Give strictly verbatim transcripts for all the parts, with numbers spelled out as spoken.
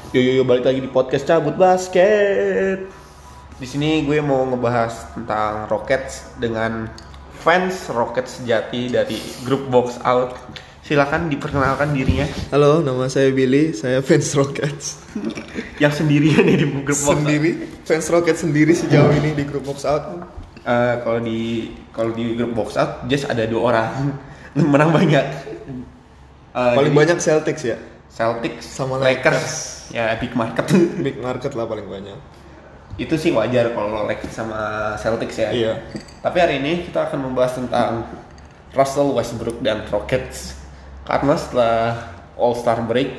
Yo yo yo balik lagi di podcast Cabut Basket. Di sini gue mau ngebahas tentang Rockets dengan fans Rockets sejati dari grup Box Out. Silakan diperkenalkan dirinya. Halo, nama saya Billy, saya fans Rockets. Yang sendirian nih di grup Box Out. Sendiri, fans Rockets sendiri sejauh ini di grup Box Out. Uh, kalau di kalau di grup Box Out, just ada dua orang. Menang banyak. Uh, paling jadi, banyak Celtics ya. Celtics sama Lakers. Lakers. Ya big market. Big market lah paling banyak. Itu sih wajar kalau Lakers sama Celtics ya. Iya. Tapi hari ini kita akan membahas tentang Russell Westbrook dan Rockets. Karena setelah All Star break,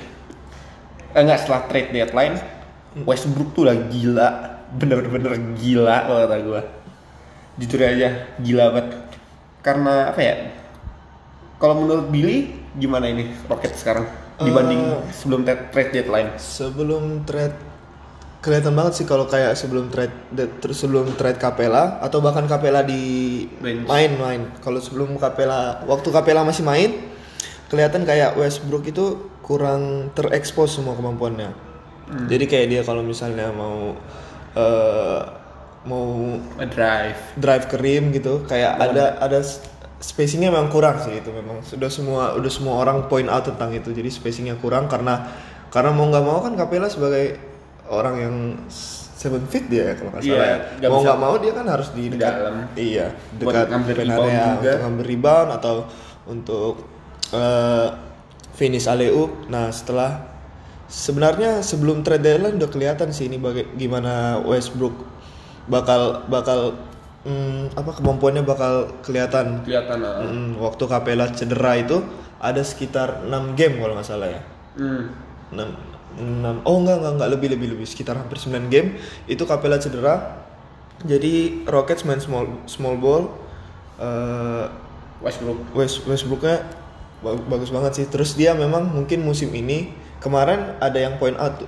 eh enggak setelah trade deadline, Westbrook tuh udah gila, bener-bener gila kalau kata gue. Jujur aja, gila banget. Karena apa ya? Kalau menurut Billy, gimana ini Rockets sekarang dibanding uh, sebelum trade deadline? Sebelum trade kelihatan banget sih kalau kayak sebelum trade terus sebelum trade Capela atau bahkan Capela di main-main. Kalau sebelum Capela, waktu Capela masih main, kelihatan kayak Westbrook itu kurang terekspos semua kemampuannya. Hmm. Jadi kayak dia kalau misalnya mau uh, mau drive drive ke rim gitu, kayak Bukan. ada ada spacingnya memang kurang sih. Itu memang sudah semua udah semua orang point out tentang itu. Jadi spacingnya kurang karena karena mau nggak mau kan Capela sebagai orang yang seven feet dia ya kalau nggak salah. Yeah, mau nggak mau dia kan harus di dekat, dalam. Iya, dekat pen area untuk ngambil rebound atau untuk uh, finish alley-oop. Nah setelah sebenarnya sebelum trade deadline udah kelihatan sih ini baga- gimana Westbrook bakal bakal Hmm, apa kemampuannya bakal kelihatan. Kelihatan. Uh. Hmm, waktu Capela cedera itu ada sekitar enam game kalau nggak salah ya. Hmm. enam, enam Oh enggak enggak enggak lebih lebih lebih sekitar hampir sembilan game itu Capela cedera. Jadi Rockets main small small ball. Uh, Westbrook. West Westbrooknya bagus banget sih. Terus dia memang mungkin musim ini kemarin ada yang point out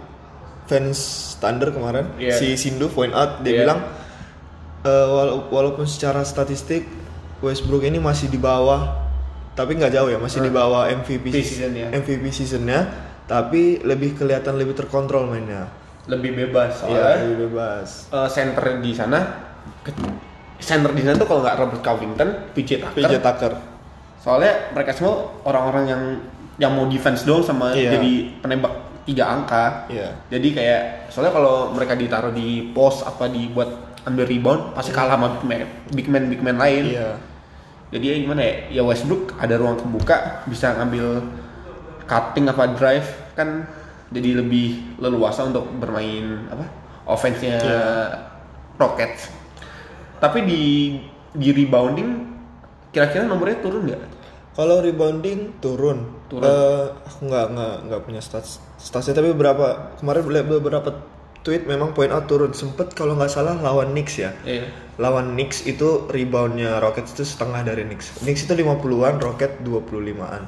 fans Thunder kemarin, yeah. Si Sindu point out dia yeah. bilang Uh, wala- walaupun secara statistik Westbrook ini masih di bawah, tapi nggak jauh ya, masih hmm. di bawah M V P seasonnya. M V P seasonnya, tapi lebih kelihatan lebih terkontrol mainnya, lebih bebas soalnya. Ya, lebih bebas. Uh, center di sana, center di sana tuh kalau nggak Robert Covington, P J Tucker. P J Tucker. Soalnya mereka semua orang-orang yang yang mau defense doang sama yeah. jadi penembak tiga angka. Yeah. Jadi kayak soalnya kalau mereka ditaruh di post apa dibuat ambil rebound pasti kalah sama big man, big man big man lain. Iya. Jadi ya gimana ya? Ya Westbrook ada ruang terbuka, bisa ngambil cutting apa drive kan, jadi lebih leluasa untuk bermain apa? Offense-nya yeah. Rockets. Tapi di di rebounding kira-kira nomornya turun nggak? Kalau rebounding turun. Turun. Uh, aku nggak nggak nggak punya stats statsnya, tapi beberapa kemarin beberapa tweet memang point out turun. Sempet kalau nggak salah lawan Knicks ya. Iya. Lawan Knicks itu reboundnya Rockets itu setengah dari Knicks. Knicks itu lima puluhan, Rockets dua puluh limaan.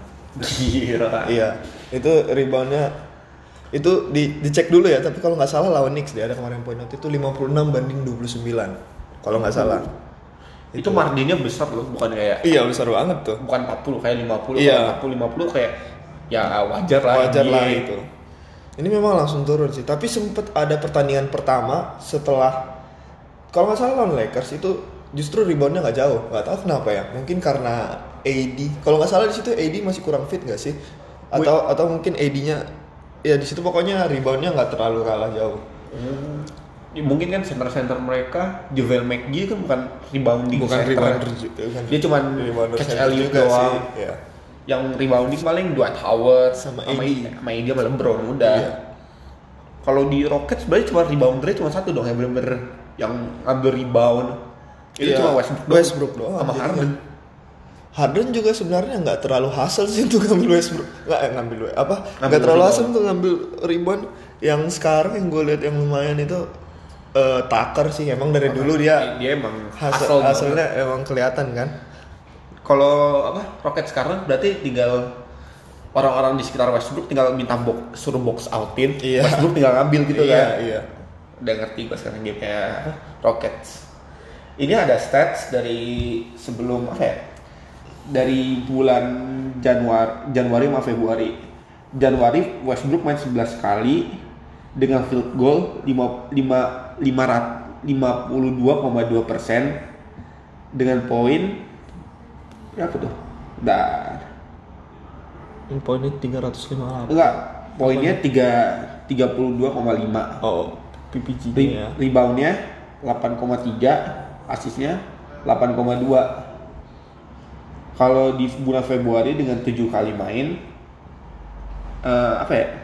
Gila. Iya. Itu reboundnya itu di dicek dulu ya, tapi kalau nggak salah lawan Knicks dia ada kemarin point out itu lima puluh enam banding dua puluh sembilan. Kalau nggak salah. Itu, itu marginnya besar loh, bukan kayak iya besar banget tuh. Bukan empat puluh kayak lima puluh, iya. empat puluh lima puluh kayak ya wajar lah. Wajar lah itu. Ini memang langsung turun sih, tapi sempet ada pertandingan pertama setelah kalau nggak salah lawan Lakers itu justru reboundnya nggak jauh, nggak tahu kenapa ya, mungkin karena A D. Kalau nggak salah di situ A D masih kurang fit nggak sih? Atau Wait. atau mungkin A D-nya ya di situ pokoknya reboundnya nggak terlalu kalah jauh. Hmm. Ya, mungkin kan center-center mereka JaVale McGee kan bukan rebounding, bukan center. rebounder, kan. Dia cuma catch alley doang. Ya. Yang rebounding paling Dwight Howard sama sama A D sama A D sama LeBron udah. Iya. Kalau di Rockets sebenarnya cuma rebounder cuma satu dong yang bener-bener yang ngambil rebound. Itu iya. cuma Westbrook, Westbrook doang sama Harden. Harden juga sebenarnya nggak terlalu hasil sih untuk ngambil Westbrook, nggak eh, ngambil apa? Nggak terlalu hasil untuk ngambil rebound. Yang sekarang yang gue lihat yang lumayan itu uh, Tucker sih, emang dari oh, dulu dia dia emang hasil, hasilnya emang kelihatan kan. Kalau apa Rockets sekarang berarti tinggal orang-orang di sekitar Westbrook tinggal minta box, suruh box outin, iya. Westbrook tinggal ngambil gitu iya, kan. Iya. Udah ngerti gue sekarang game kayak Rockets. Ini ada stats dari sebelum apa ya? Dari bulan Januari Januari sama Februari. Januari Westbrook main sebelas kali, dengan field goal lima puluh dua koma dua persen dengan poin berapa tuh? Dan poinnya tiga ratus lima puluh delapan. enggak, poinnya tiga tiga puluh dua koma lima. Oh, P P G Re- ya. Reboundnya delapan koma tiga, asisnya delapan koma dua. Kalau di bulan Februari dengan tujuh kali main, uh, apa ya?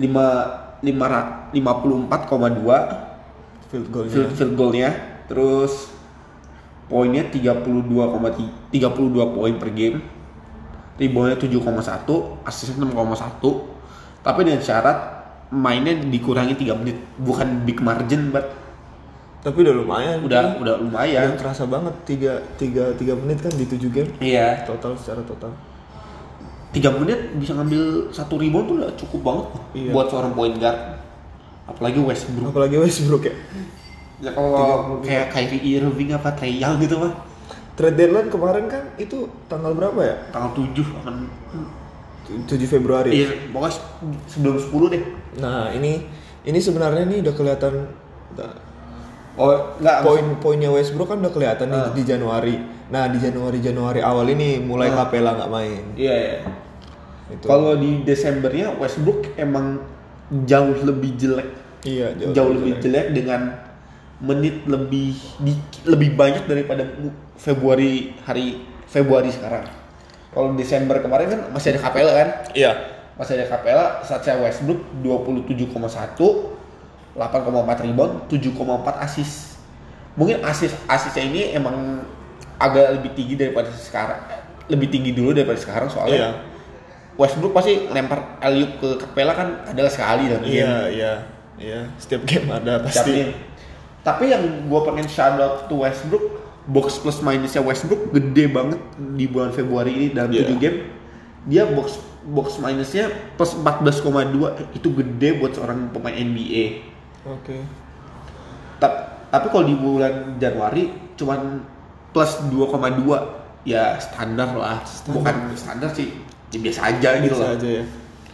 lima puluh empat koma dua Field goalnya. field, field goalnya, terus poinnya tiga puluh dua koma tiga puluh dua poin per game, reboundnya tujuh koma satu, asisnya enam koma satu, tapi dengan syarat mainnya dikurangi tiga menit, bukan big margin, but Tapi udah lumayan. udah udah lumayan. Yang terasa banget tiga tiga tiga menit kan di tujuh game. Iya, Total secara total. tiga menit bisa ngambil satu rebound tuh udah cukup banget Iya. buat seorang point guard, apalagi Westbrook. Apalagi Westbrook ya. Ya kalau kayak Kyrie Irving apa Trae Young gitu mah Trade deadline kemarin kan itu tanggal berapa ya? tanggal tujuh akan tujuh Februari. iya pokoknya sebelum sepuluh deh. Nah, ini ini sebenarnya nih udah kelihatan Oh enggak, poin-poinnya Westbrook kan udah kelihatan nih Ah. di Januari. Nah, di Januari Januari awal ini mulai Ah. Capela nggak main. iya ya. Itu. Kalau di Desembernya Westbrook emang jauh lebih jelek, Iya, jauh, lebih jelek dengan menit lebih di, lebih banyak daripada Februari hari Februari sekarang. Kalau Desember kemarin kan masih ada Capela kan? Iya. Masih ada Capela, saat saya Westbrook dua puluh tujuh koma satu, delapan koma empat rebound, tujuh koma empat assist. Mungkin assist assistnya ini emang agak lebih tinggi daripada sekarang. Lebih tinggi dulu daripada sekarang soalnya. Iya. Westbrook pasti lempar alley-oop ke Capela kan adalah sekali dalam game. Iya, iya. Iya, setiap game ada Setiap pasti. game. Tapi yang gue pengen shout out to Westbrook, box plus minusnya Westbrook gede banget di bulan Februari ini dalam Iya. tujuh game. Dia box box minusnya plus empat belas koma dua, itu gede buat seorang pemain N B A. Oke. Ta- Tapi kalau di bulan Januari cuman plus dua koma dua, ya standar lah. Bukan standar sih, ya biasa aja gitu Bisa lah. aja ya.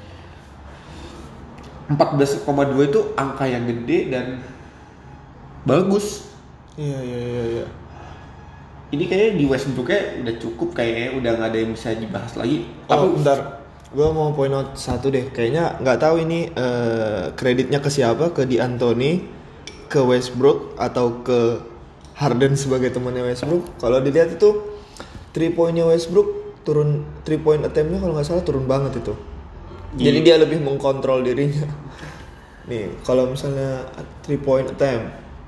empat belas koma dua itu angka yang gede dan bagus. Iya, iya, iya, iya. Ini kayaknya di Westbrooknya udah cukup, kayaknya udah nggak ada yang bisa dibahas lagi. Tapi Tapi bentar, gue mau point out satu deh. Kayaknya nggak tahu ini eh, kreditnya ke siapa, ke Di Anthony, ke Westbrook atau ke Harden sebagai temannya Westbrook. Kalau dilihat itu three pointnya Westbrook turun, three point attempt-nya kalau nggak salah turun banget itu. Jadi dia lebih mengkontrol dirinya. Nih, kalau misalnya three point attempt,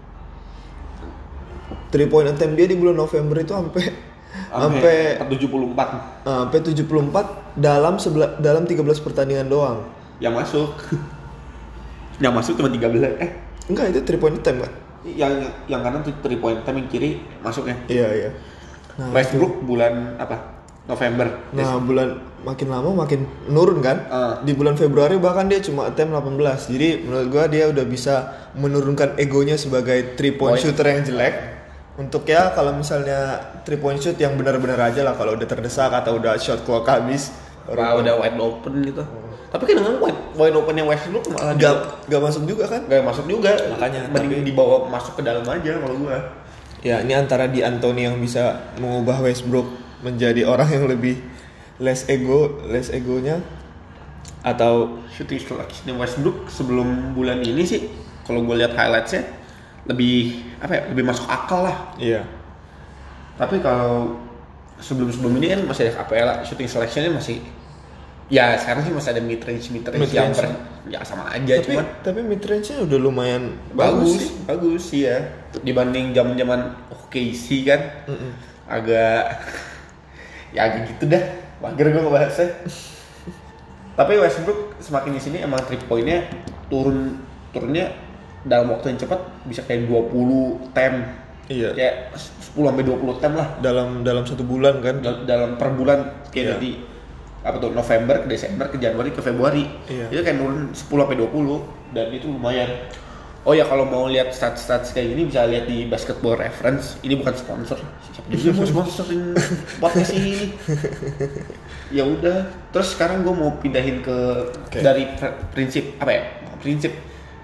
three point attempt dia di bulan November itu sampai sampai tujuh puluh empat Nah, sampai tujuh puluh empat dalam sebela, dalam tiga belas pertandingan doang. yang masuk. Yang masuk cuma tiga belas. Eh, Enggak, itu three point attempt kan? yang yang kanan tuh three point time, yang kiri masuknya. Iya, iya. Nah, Westbrook bulan apa? November. itu- nah, bulan makin lama makin menurun kan? Ah. Di bulan Februari bahkan dia cuma attempt delapan belas. Jadi menurut gua dia udah bisa menurunkan egonya sebagai three point Point. shooter yang jelek. Untuk ya kalau misalnya three point shoot yang benar-benar aja lah, kalau udah terdesak atau udah shot clock habis. Wah, udah wide open gitu. Tapi kan dengan wide, wide opennya Westbrook malah Gak, gak masuk juga kan? nggak masuk juga. Makanya, mending dibawa masuk ke dalam aja kalau gua. Ya, ini antara Di Anthony yang bisa mengubah Westbrook menjadi orang yang lebih less ego, less egonya, atau Shooting selection Westbrook sebelum bulan ini sih, kalau gue lihat highlightsnya lebih apa ya, lebih masuk akal lah. iya. Tapi kalau sebelum-sebelum ini kan masih ada Capela, shooting selectionnya masih, ya sekarang sih masih ada mid range mid range yang Mid-range. ber- ya sama aja, Tapi cuman tapi mid range-nya udah lumayan bagus, bagus, sih. bagus sih ya dibanding zaman-zaman O K C kan. Mm-mm. Agak ya agak gitu dah, mager gue ngebahasnya. Tapi Westbrook semakin di sini emang three point-nya turun turunnya dalam waktu yang cepat, bisa kayak dua puluh tem. Iya. Ya sepuluh sampai dua puluh tem lah Dalam dalam satu bulan kan? dal- dalam per bulan, kayak Iya. dari apa tuh November ke Desember ke Januari ke Februari. Iya. Itu kayak turun sepuluh sampai dua puluh dan itu lumayan. Oh ya, kalau mau lihat stats-stats kayak gini bisa lihat di Basketball Reference. Ini bukan sponsor. Siapa juga mau sponsorin podcast ini? Ya udah. Terus sekarang gue mau pindahin ke Oke. dari pr- prinsip apa ya? Prinsip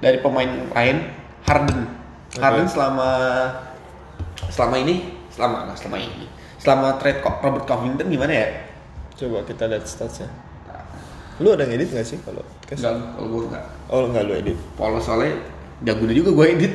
dari pemain lain, Harden. Okay. Harden selama selama ini, selama nggak selama ini, selama trade kok Robert Covington gimana ya? Coba kita lihat statsnya. Lu ada ngedit nggak sih kalau? Enggak, kalau gue enggak. Oh enggak lu edit. Polos soalnya nggak guna juga gue edit.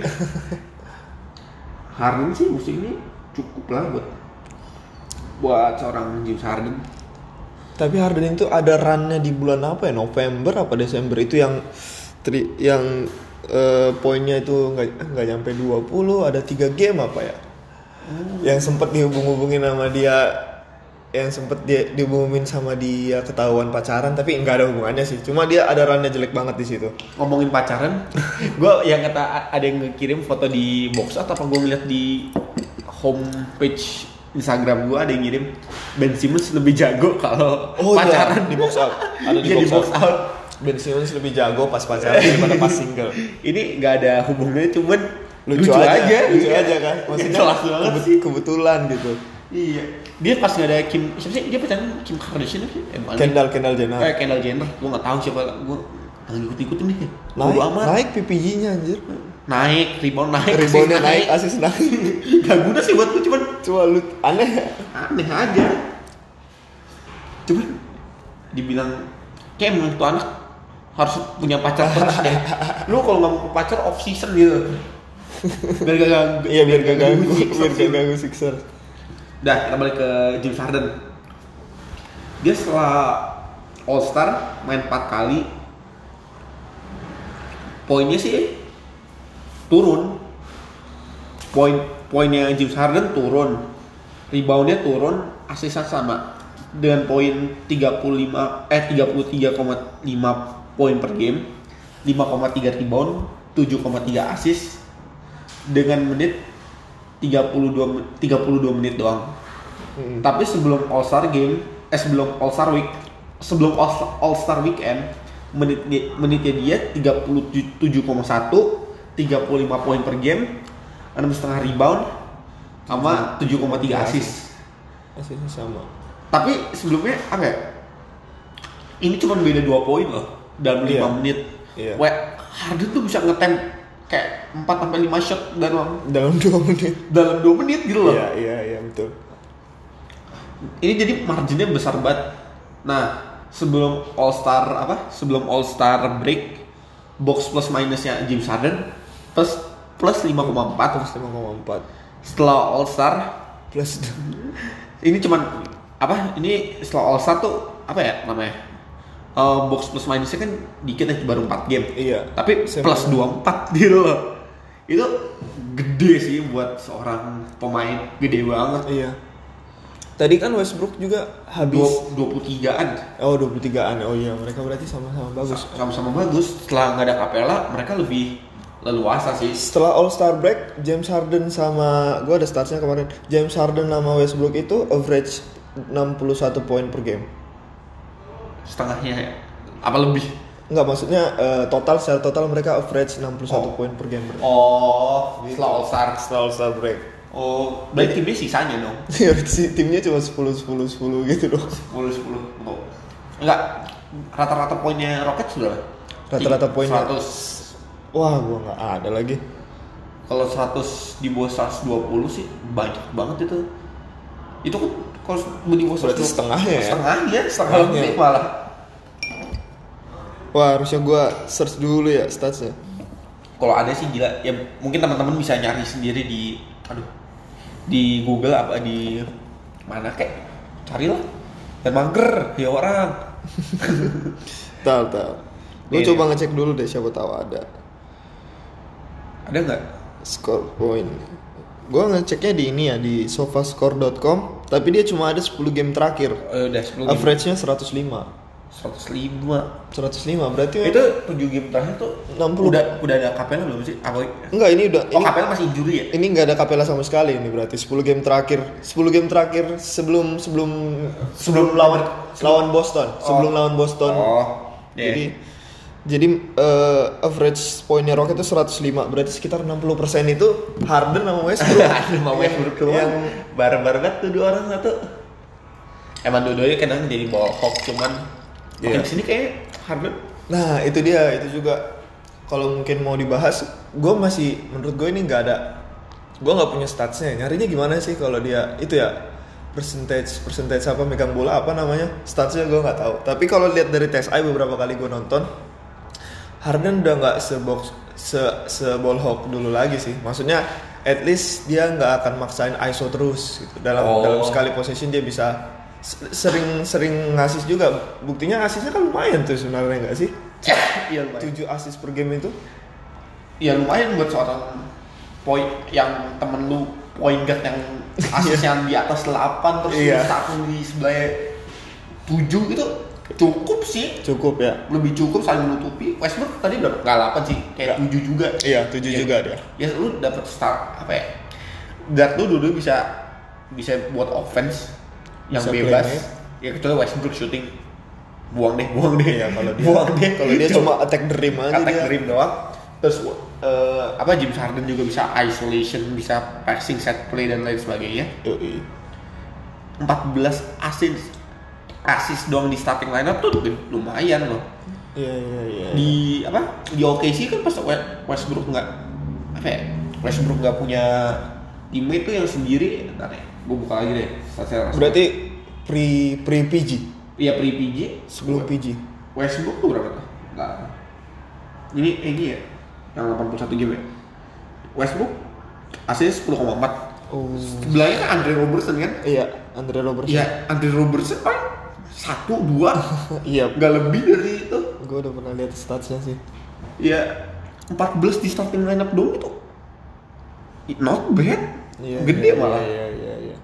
Harden sih musim ini cukup lah buat buat seorang James Harden. Tapi Harden itu ada run-nya di bulan apa ya? November apa Desember itu yang tri, yang uh, poinnya itu nggak nggak nyampe dua puluh, ada tiga game apa ya? Hmm. Yang sempat dihubung-hubungin sama dia, yang sempat dia dihubungin sama dia ketahuan pacaran, tapi nggak ada hubungannya sih. Cuma dia ada run-nya jelek banget di situ. Ngomongin pacaran, gue yang kata ada yang ngirim foto di box out apa gue ngeliat di homepage Instagram gue ada yang ngirim Ben Simmons lebih jago kalau oh, pacaran iya, di box out. Ada di, box, di box out. out. Ben Simmons lebih jago pas pacaran daripada pas single. Ini nggak ada hubungannya, cuman lucu, lucu aja, aja, lucu iya. aja kan. Maksudnya kebet- kebetulan gitu. Iya. Dia pas nggak ada Kim, siapa sih? Dia pacaran Kim Kardashian apa sih? Eh, Kendall Kendall Jenner. Eh Kendall Jenner. Gue nggak tahu siapa. Gue nggak ikut-ikutin nih. Naik, naik P P G-nya anjir. Naik, rebound naik, reboundnya naik, asis naik. Gak guna sih buat gue, cuman cuma lu aneh, aneh aja. Cuman dibilang kayak emang itu anak harus punya pacar terus deh. Lu kalau nggak mau pacar off season gitu. Biar gak ganggu. Iya biar gak ganggu, biar gak ganggu Sixer. Dah kita balik ke James Harden. Dia setelah All Star main empat kali, poinnya sih turun, poin poinnya James Harden turun, reboundnya turun, asisnya sama dengan poin tiga puluh lima eh tiga puluh tiga koma lima poin per game, lima koma tiga rebound, tujuh koma tiga assist dengan menit tiga puluh dua menit doang. Hmm. Tapi sebelum All Star game, eh sebelum All Star week, sebelum All Star weekend, menit menitnya dia tiga puluh tujuh koma satu, tiga puluh lima poin per game, enam koma lima rebound, sama tujuh koma tiga assist. Assistnya sama. Tapi sebelumnya apa ya? Ini cuma beda dua poin loh dalam lima menit. Iya. Wah, Harden tuh bisa ngetem kayak empat sampai lima shot dalam dalam dua menit. Dalam dua menit gitu loh. Iya, iya, iya betul. Ini jadi marginnya besar banget. Nah, sebelum All Star apa? Sebelum All Star break, box plus minusnya James Harden plus plus lima koma empat. Plus lima koma empat. Setelah All Star plus ini cuman apa? Ini setelah All Star tuh apa ya namanya? Uh, box plus minusnya kan dikit aja baru empat game. Iya. Tapi plus dua puluh empat gitu loh. Itu gede sih buat seorang pemain, gede banget. Iya. Tadi kan Westbrook juga habis dua puluh tigaan. Oh, dua puluh tigaan. Oh iya, mereka berarti sama-sama bagus. Sama-sama bagus. Setelah nggak ada Capella, mereka lebih leluasa sih. Setelah All Star break, James Harden sama gua ada statsnya kemarin. James Harden sama Westbrook itu average enam puluh satu poin per game. Setengahnya ya? Apa lebih? Enggak, maksudnya uh, total secara total mereka average enam puluh satu oh. poin per game. Oh, setelah All Star, setelah All Star break. Oh, berarti timnya sisanya dong. Iya, timnya cuma sepuluh sepuluh sepuluh gitu dong. sepuluh sepuluh. Oh. Enggak, rata-rata poinnya Rockets berapa? Rata-rata poinnya seratus. Wah, gua enggak ada lagi. Kalau seratus di bawah seratus dua puluh sih banyak banget itu. Itu kan kalau di bawah berarti setengahnya ya? Setengahnya, setengah lebih malah. Wah, harusnya gua search dulu ya statsnya. Kalau ada sih gila, ya mungkin teman-teman bisa nyari sendiri di aduh di Google apa di mana kayak carilah dan mager ya orang. Tahu tahu. Gue coba ngecek dulu deh, siapa tahu ada. Ada nggak? Score point. Gue ngeceknya di ini ya di sofascore dot com, tapi dia cuma ada sepuluh game terakhir. Oh, udah sepuluh. Average-nya seratus lima. seratus lima. seratus lima berarti itu tujuh game terakhir tuh enam puluh. Udah udah ada Capella belum sih? Apa? Enggak, ini udah. Oh, ini, Capella masih injury ya? Ini enggak ada Capella sama sekali ini berarti sepuluh game terakhir. sepuluh game terakhir sebelum sebelum sebelum lawan lawan Boston, sebelum oh. lawan Boston. Oh. Yeah. Jadi jadi uh, average poinnya Rocket itu seratus lima, berarti sekitar enam puluh persen itu Harden sama Westbrook. Harden sama Westbrook tuh yang bareng-bareng banget tuh dua orang satu. Emang dua-duanya kadang jadi ball hawk, cuman yeah. Makin sini kayak Harden. Nah, itu dia, itu juga kalau mungkin mau dibahas, gue masih menurut gue ini nggak ada, gue nggak punya statsnya. Nyarinya gimana sih kalau dia itu ya percentage percentage apa megang bola apa namanya statsnya gue nggak tahu. Tapi kalau lihat dari tes eye beberapa kali gue nonton, Harden udah nggak sebox se se ball hawk dulu lagi sih. Maksudnya at least dia nggak akan maksain I S O terus gitu. Dalam oh. dalam sekali possession dia bisa sering-sering ngasih juga. Buktinya asisnya kan lumayan tuh sebenarnya nggak sih? Iya lumayan. tujuh asis per game itu. Iya lumayan buat seorang point yang temen lu point guard yang asisnya di atas delapan terus iya. satu di sebelah tujuh gitu cukup sih. Cukup ya. Lebih cukup saling menutupi. Westbrook tadi berapa? Enggak delapan sih, kayak tujuh juga. Iya, tujuh ya, juga dia. Ya lu dapat start apa ya? Guard lu dulu bisa bisa buat offense yang bisa bebas. Ya kecuali Westbrook shooting buang deh, buang deh ya kalau dia. Buang deh. Kalau dia cuma attack the rim aja attack dia. the rim doang. Terus uh, apa James Harden juga bisa isolation, bisa passing set play dan lain sebagainya. Yoi. empat belas assist assist doang di starting lineup tuh lumayan loh. Iya iya iya. Di apa? Di O K C kan pas Westbrook enggak apa ya? Westbrook enggak punya teammate tuh yang sendiri. Bentar ya. Gue buka lagi deh. Berarti pre pre P G. Iya pre P G sebelum P G. Westbrook tuh berapa tuh? Nah. Ini eh, ini ya. Yang delapan puluh satu game ya. Westbrook assist sepuluh koma empat. Oh. Sebelahnya kan Andre Robertson kan? Iya, Andre Robertson. Iya, Andre Robertson paling satu dua. Iya, enggak lebih dari itu. Gue udah pernah lihat statsnya sih. Iya, empat belas di starting lineup dong itu. Not bad. Iya, gede iya, malah. Iya, iya, iya.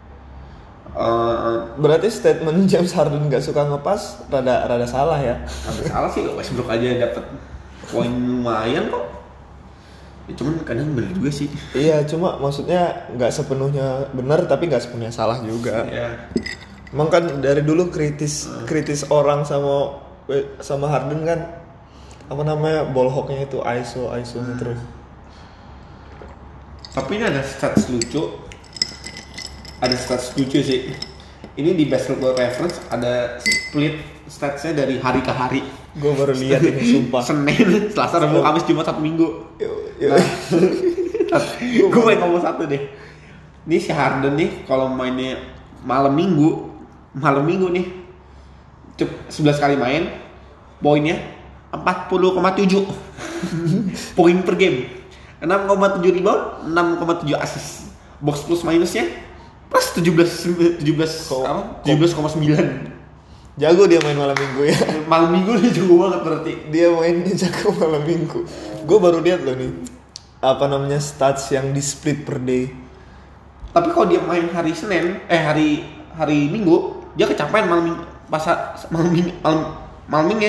Uh, Berarti statement James Harden nggak suka ngepas rada rada salah ya? Rada salah sih, Westbrook aja dapat poin lumayan kok. Ya, cuman kadang bener juga sih. Iya, cuma maksudnya nggak sepenuhnya benar tapi nggak sepenuhnya salah juga. Iya. Emang kan dari dulu kritis uh. kritis orang sama sama Harden kan apa namanya ball hawknya itu I S O I S O-nya hmm. terus. Tapi ini ada stats lucu. Ada stats lucu sih. Ini di Basketball Reference ada split statsnya dari hari ke hari. Gue baru lihat ini sumpah. Senin, Selasa, Rabu, Kamis, Jumat, Sabtu, Minggu. Nah, gue main ngomong satu deh. Ini si Harden nih kalau mainnya malam Minggu, malam Minggu nih, sebelas kali main, poinnya empat puluh koma tujuh poin per game, enam koma tujuh rebound, enam koma tujuh assist, box plus minusnya plus tujuh belas tujuh belas apa? tujuh belas koma sembilan. Jago dia main malam minggu ya. Malam minggu dia jago banget berarti. Dia mainnya jago malam minggu. Gue baru lihat loh nih. Apa namanya stats yang di split per day. Tapi kalau dia main hari Senin, eh hari hari Minggu, dia kecapean malam minggu. Pas malam minggu malam malam minggu.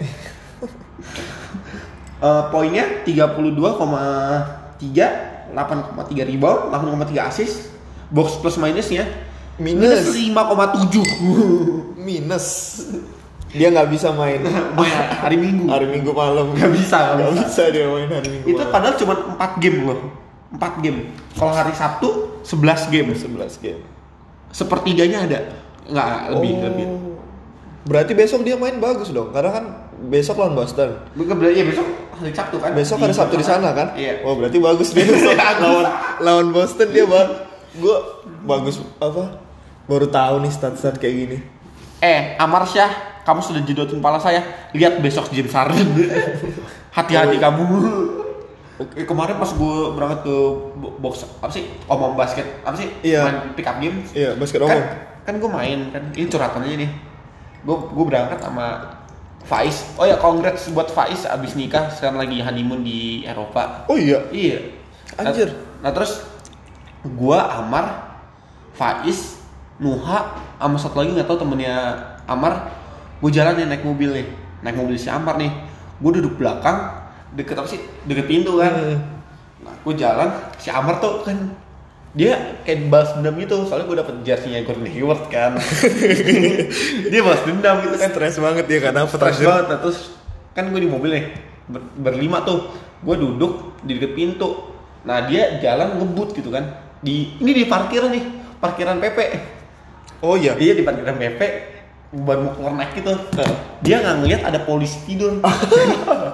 uh, poinnya tiga puluh dua koma tiga, delapan koma tiga rebound, delapan koma tiga assist. Box plus minusnya minus lima koma tujuh. Minus. Dia nggak bisa main hari Minggu. Hari Minggu malam. Nggak bisa. Nggak bisa dia main hari Minggu. Itu malam. Padahal cuma empat game loh. empat game. Kalau hari Sabtu sebelas game. sebelas game. Sepertiganya ada. Nggak lebih oh. lebih. Berarti besok dia main bagus dong. Karena kan besok lawan Boston. Bukan berarti ya besok hari Sabtu kan. Besok hari Sabtu di sana kan? Iya. Oh, berarti bagus dia lawan lawan Boston dia bang. Gue bagus apa? Baru tahu nih stat-stat kayak gini. Eh, Amar Syah, kamu sudah jedotin kepala saya. Lihat besok James Harden. Hati-hati oh, kamu. Oke, kemarin pas gue berangkat ke box apa sih? Omong basket apa sih? Iya. Main pick up game. Iya, basket kan, omong. Kan gue main kan. Ini curhatan aja nih. Gue gue berangkat sama Faiz. Oh ya, congrats buat Faiz abis nikah, sekarang lagi honeymoon di Eropa. Oh iya. Iya. Anjir. Nah, nah terus gua, Amar, Faiz, Nuha, sama satu lagi nggak tahu temennya Amar. Gue jalan nih naik mobil nih, naik mobil si Amar nih. Gue duduk belakang, deket apa sih? Deket pintu kan. Hmm. Nah, gue jalan, si Amar tuh kan dia kayak balas dendam gitu, soalnya gue dapet jersey-nya Gordon Hayward kan. Dia balas dendam gitu kan. Stres banget dia karena stres banget. Nah, terus kan gue di mobil nih ber- berlima tuh, gue duduk di deket pintu. Nah dia jalan ngebut gitu kan. Di ini di parkiran nih, parkiran P P. Oh iya. Dia di parkiran P P baru mau keluar naik gitu. Dia nggak ngeliat ada polisi tidur.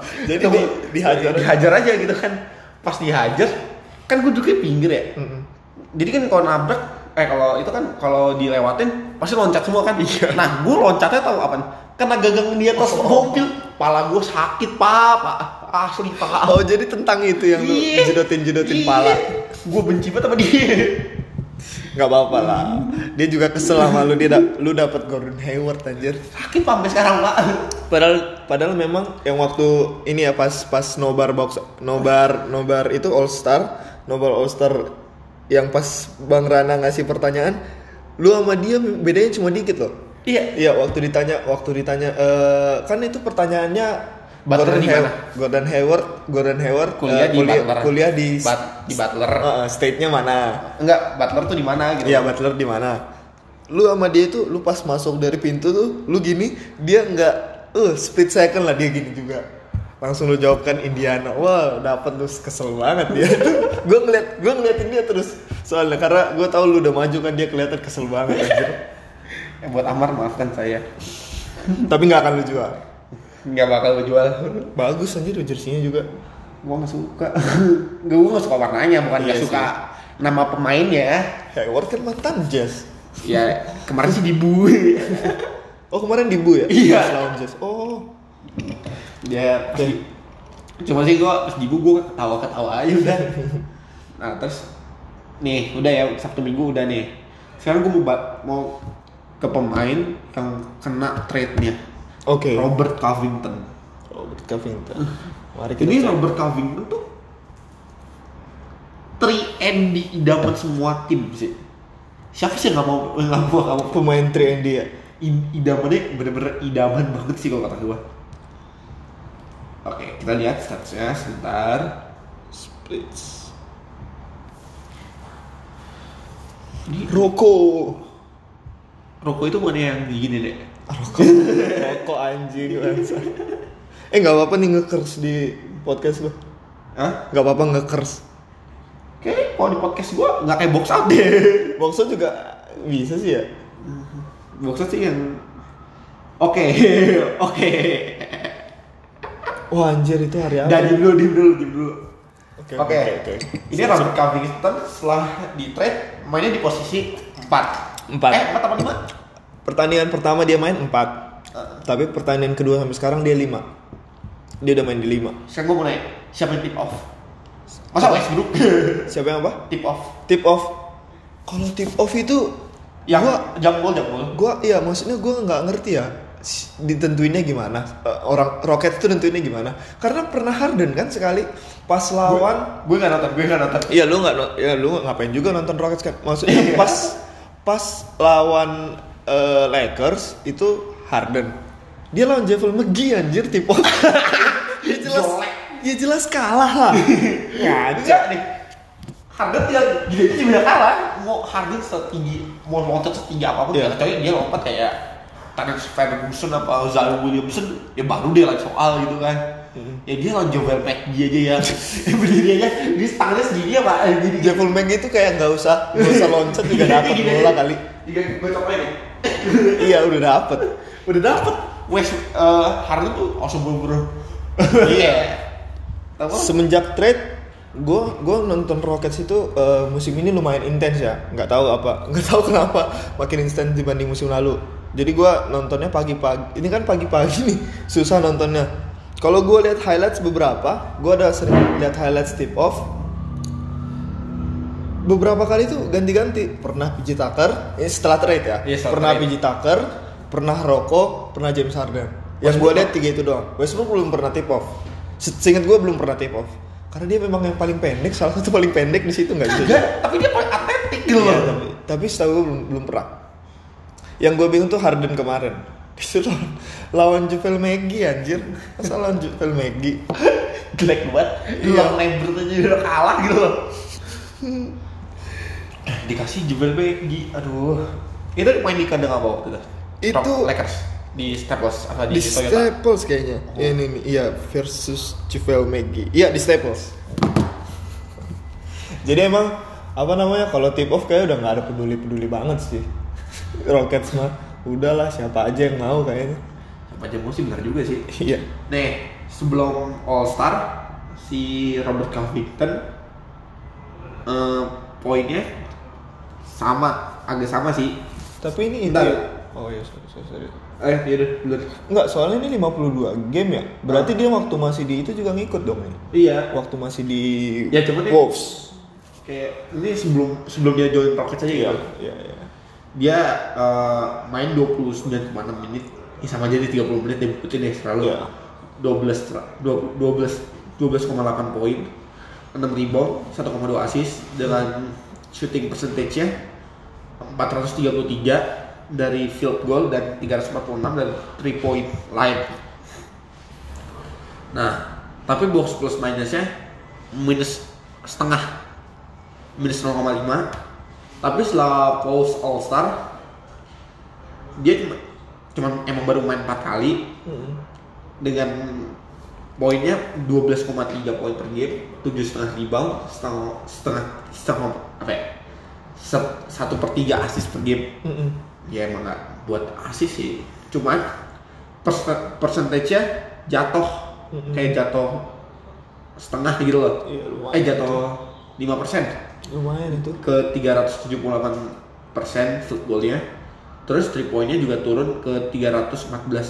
Jadi di, dihajar dihajar aja gitu kan. Pas dihajar kan gue duduknya pinggir ya. Mm-hmm. Jadi kan kalau nabrak eh kalau itu kan kalau dilewatin pasti loncat semua kan. Iya. Nah gue loncatnya tahu apa? Kena gagang di atas oh. mobil. Pala gue sakit pak, pak. Asli pak. Oh jadi tentang itu yang lu jedotin-jedotin pala. Gue benci banget sama dia. Gak apa-apa lah. Dia juga kesel sama lu, dia da- lu dapet Gordon Hayward anjir. Sakit sampai sekarang pak. Padahal padahal memang yang waktu ini ya pas pas nobar box nobar nobar itu All Star, nobar All Star yang pas Bang Rana ngasih pertanyaan, lu sama dia bedanya cuma dikit loh. Iya. Iya waktu ditanya waktu ditanya uh, kan itu pertanyaannya Gordon, Hay- Gordon Hayward, Gordon Hayward kuliah, uh, di kuliah, Butler. kuliah di Bat, di Butler. Uh, state-nya mana? Enggak, Butler tuh di mana gitu. Iya, Butler di mana? Lu sama dia tuh, lu pas masuk dari pintu tuh, lu gini, dia enggak uh split second lah dia gini juga. Langsung lu jawabkan Indiana. Wah, dapat lu kesel banget dia. Gue ngeliat, gue ngeliatin dia terus. Soalnya karena gue tahu lu udah maju kan dia kelihatan kesel banget anjir. Ya buat Amar maafkan saya. Tapi enggak akan lu jual. Nggak bakal gue jual. Bagus anjir jersey-nya juga. Gue nggak suka. Gue nggak suka warnanya, bukan nggak iya suka sih. Nama pemainnya. Hayward kan mantan Jazz. Ya kemarin sih dibu. Oh kemarin dibu ya? Iya. Lawan Jazz. Oh. Dia. Okay. Cuma sih gue pas dibu gue ketawa-ketawa aja udah. Nah terus nih udah ya Sabtu Minggu udah nih. Sekarang gue mau mau ke pemain yang kena trade-nya. Oke. Okay. Robert Covington. Robert Covington. Mari kita Ini cek. Robert Covington tuh three and D idaman semua tim sih. Siapa sih nggak mau nggak mau kamu pemain three and D ya? Idamannya bener-bener idaman banget sih kalau kata gua. Oke, kita lihat statusnya sebentar. Splits. Roko. Roko itu bukan yang gini deh. Rokok, rokok anjing bangsa. Eh nggak apa-apa nih nge-curse di podcast lo. Hah? Nggak apa-apa nge-curse. Oke, kalau di podcast gua nggak kayak box out deh. Box out juga bisa sih ya. Box out sih yang oke, oke. Wah anjir itu hari apa? Dan dulu, dulu, dulu, dulu. Oke, oke. oke. Ini Robert Covington setelah di trade mainnya di posisi empat. Empat. Eh, empat apa lima? Pertandingan pertama dia main empat, uh. tapi pertandingan kedua sampai sekarang dia lima. Dia udah main di lima. Sekarang gue mau nanya, siapa yang tip off? Masa Westbrook? Siapa yang apa? Tip off. Tip off. Kalau tip off itu, yang gua jam gol jam gol. Gua iya maksudnya gue nggak ngerti ya ditentuinnya gimana. Uh, orang Rockets itu nentuinnya gimana? Karena pernah Harden kan sekali pas lawan. Gue nggak nonton, gue nggak nonton. Iya lu nggak, ya lu ngapain juga nonton Rockets kan? Maksudnya pas pas lawan Uh, Lakers itu Harden, dia lawan Javel McGee anjir tipe. Ya jelas, ya jelas kalah lah. Ya enggak nih. Harden yang gila itu bisa kalah. Mau Harden setinggi, mau loncat setinggi apapun, yeah. Kecuali dia lompat kayak Terence Ferguson apa Zion Williamson, ya baru dia lagi soal gitu kan. Hmm. Ya dia lawan Javel McGee aja ya. Berdiri aja, dia tangannya segini ya pak. Jadi Javel McGee itu kayak nggak usah, nggak usah loncat juga dapat bola kali. Iya, gue cobain nih. Iya udah dapet, udah dapet. West uh, Harden tuh langsung buru-buru. Iya. Semenjak trade, gue gue nonton Rockets itu uh, musim ini lumayan intens ya. Nggak tahu apa, nggak tahu kenapa makin intens dibanding musim lalu. Jadi gue nontonnya pagi-pagi. Ini kan pagi-pagi nih, susah nontonnya. Kalau gue lihat highlights beberapa, gue ada sering lihat highlights tip off. Beberapa kali tuh ganti-ganti. Pernah P J Tucker, ini setelah trade ya. Yes, pernah trade. P J Tucker, pernah Rocco, pernah James Harden. Yang gue lihat tiga itu doang. Westbrook belum pernah tip off. Seingat gue belum pernah tip off. Karena dia memang yang paling pendek, salah satu paling pendek di situ nggak bisa. Enggak, tapi dia paling atletik gitu loh. Iya, tapi, tapi setahu gue belum belum pernah. Yang gue bingung tuh Harden kemarin. Disuruh lawan Javel McGee anjir. Masa lawan Javel McGee? Jelek banget. Iya, Lambert aja udah kalah gitu loh. Dikasih Javel McGee, aduh. Itu main di kandang apa waktu itu? Itu Lakers di Staples apa di, di Toyota? Staples kayaknya. Oh. Ini nih, iya versus Javel McGee. Iya di Staples. Jadi emang apa namanya kalau tip off kayak udah nggak ada peduli-peduli banget sih. Rockets mah udahlah siapa aja yang mau kayaknya. Siapa aja mau sih benar juga sih. Iya. Nih, sebelum All Star si Robert Covington uh, poinnya sama, agak sama sih. Tapi ini itu Bentar. ya. Oh iya, sorry, sorry, sorry. Eh, yaudah, dulu. Enggak, soalnya ini lima puluh dua game ya. Berarti dia waktu masih di itu juga ngikut dong nih. Iya. Waktu masih di Ya cuman dia- Wolves. Kayak ini sebelum sebelum dia join Rockets aja Iya, gitu. iya, iya. Dia uh, main dua puluh sembilan koma enam menit. Ya, sama aja di tiga puluh menit dia ikutin deh selalu. Iya. dua belas dua belas dua belas koma delapan poin, enam rebound, satu koma dua assist dengan shooting percentage-nya empat ratus tiga puluh tiga dari field goal dan tiga ratus empat puluh enam dari three point line. Nah, tapi box plus minusnya minus setengah, minus nol koma lima. Tapi setelah post All Star dia cuma cuman emang baru main empat kali Mm-hmm. dengan poinnya dua belas koma tiga poin per game, tujuh koma lima rebound, setengah setengah setengah apa ya? Se- satu per tiga assist per game. Mm-hmm. Ya emang nggak buat assist sih, cuman persen- percentage-nya jatuh, Mm-mm. kayak jatuh setengah gitu loh. Iya, lumayan eh jatuh lima persen Lumayan itu. ke tiga ratus tujuh puluh delapan persen field goal-nya. Terus three point-nya juga turun ke tiga ratus empat belas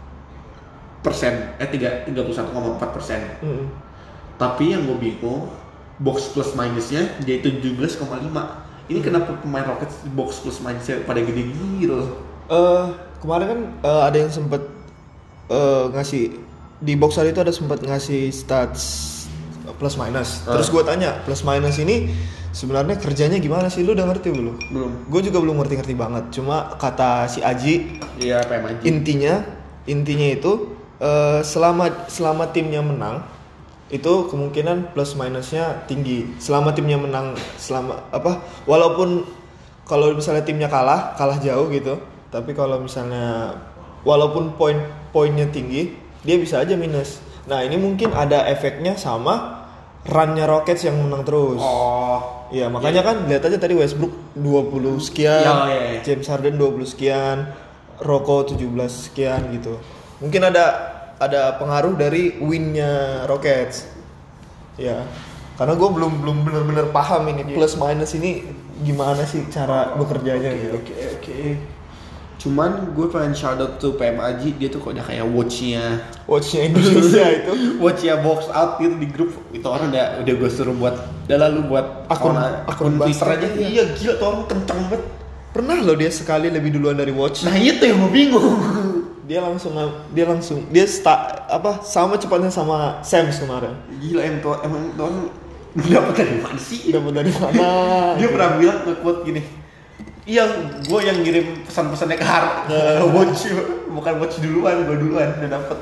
persen, eh tiga puluh satu koma empat persen. Mm-hmm. Tapi yang gue bingung, box plus minusnya dia tujuh belas koma lima. Ini kenapa pemain Rockets box plus minusnya pada gede gitu? Eh, kemarin kan eh, ada yang sempet eh, ngasih di boxer itu ada sempet ngasih stats plus minus. Ah. Terus gue tanya plus minus ini sebenarnya kerjanya gimana sih? Lu udah ngerti belum? Belum. Gue juga belum ngerti-ngerti banget. Cuma kata si Aji Iya, P M aja. intinya intinya itu eh, selama selama timnya menang itu kemungkinan plus minusnya tinggi. Selama timnya menang, selama apa? Walaupun kalau misalnya timnya kalah, kalah jauh gitu. Tapi kalau misalnya walaupun poin poinnya tinggi, dia bisa aja minus. Nah, ini mungkin ada efeknya sama run-nya Rockets yang menang terus. Oh, Iya, makanya kan lihat aja tadi Westbrook dua puluh sekian, Iya, iya, iya. James Harden dua puluh sekian, Rocco tujuh belas sekian gitu. Mungkin ada ada pengaruh dari win-nya Rockets. Ya. Karena gue belum belum benar-benar paham ini plus minus ini gimana sih cara bekerjanya gitu. Oke, oke. Cuman gue pengen shout out to P M Aji, dia tuh kok udah kayak watch-nya Watch-nya Indonesia itu watch-nya box out gitu di grup. Itu orang udah udah gue suruh buat udah lalu buat Akun- akun, akun Twitter basket, aja. iya. Iya, gila tuh orang kenceng banget. pernah loh dia sekali lebih duluan dari Watch. Nah, itu yang gue bingung. Dia langsung dia langsung dia start apa sama cepatnya sama Sams kemarin. Gila, em tuh emang tuh orang dapat dari mana sih? Dapat dari mana? Dia pernah bilang nge-quote gini. Iya, gue yang ngirim pesan-pesannya ke Har, ke Watch, bukan Watch duluan, gue duluan udah dapet.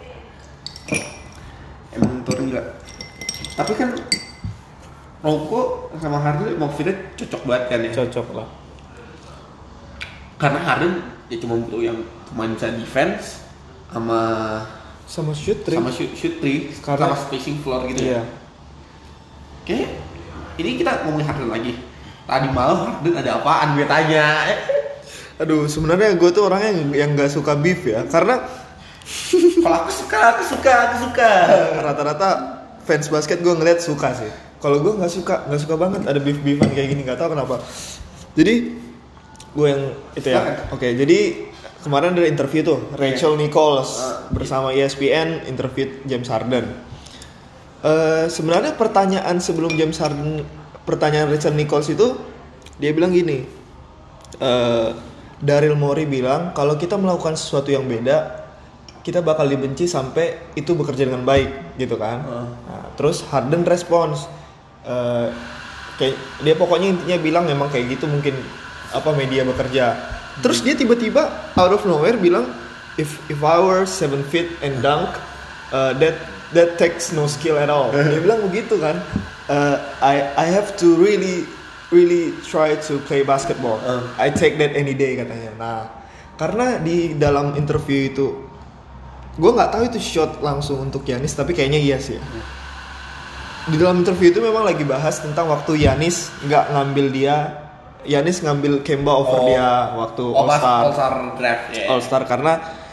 Emang turun gila. Tapi kan Rocco sama Harden emang fit cocok banget kan ya. Cocok lah. Karena Harden ya cuma butuh yang pemain bisa defense sama Sama shoot three. sama shoot, shoot three, Karena- sama spacing floor gitu ya. Iya. Oke, ini kita ngomongin Harden lagi. Tadi malam Harden ada apaan gue tanya. Aduh, sebenarnya gue tuh orangnya yang- yang nggak suka beef ya, karena Kalau aku suka, aku suka, aku suka. rata-rata fans basket gue ngeliat suka sih. Kalau gue nggak suka, nggak suka banget ada beef beefan kayak gini, nggak tahu kenapa. Jadi gue yang itu ya. Silakan. Oke, jadi kemarin ada interview tuh Rachel Nichols Uh, bersama E S P N interview James Harden. Eh, sebenarnya pertanyaan sebelum James Harden, pertanyaan Rachel Nichols itu dia bilang gini. eh Daryl Morey bilang kalau kita melakukan sesuatu yang beda kita bakal dibenci sampai itu bekerja dengan baik gitu kan. Uh. Nah, terus Harden respons eh, kayak dia pokoknya intinya bilang memang kayak gitu mungkin apa media bekerja. Terus dia tiba-tiba out of nowhere bilang if if I were seven feet and dunk uh, that that takes no skill at all. Dia bilang begitu kan. Uh, I I have to really really try to play basketball. Uh. I take that any day katanya. Nah, karena di dalam interview itu gue nggak tahu itu shot langsung untuk Giannis tapi kayaknya iya sih ya. Di dalam interview itu memang lagi bahas tentang waktu Giannis nggak ngambil dia, Giannis ngambil Kemba over Oh. dia waktu Oh, All pas Star. All Star draft ya. All Star karena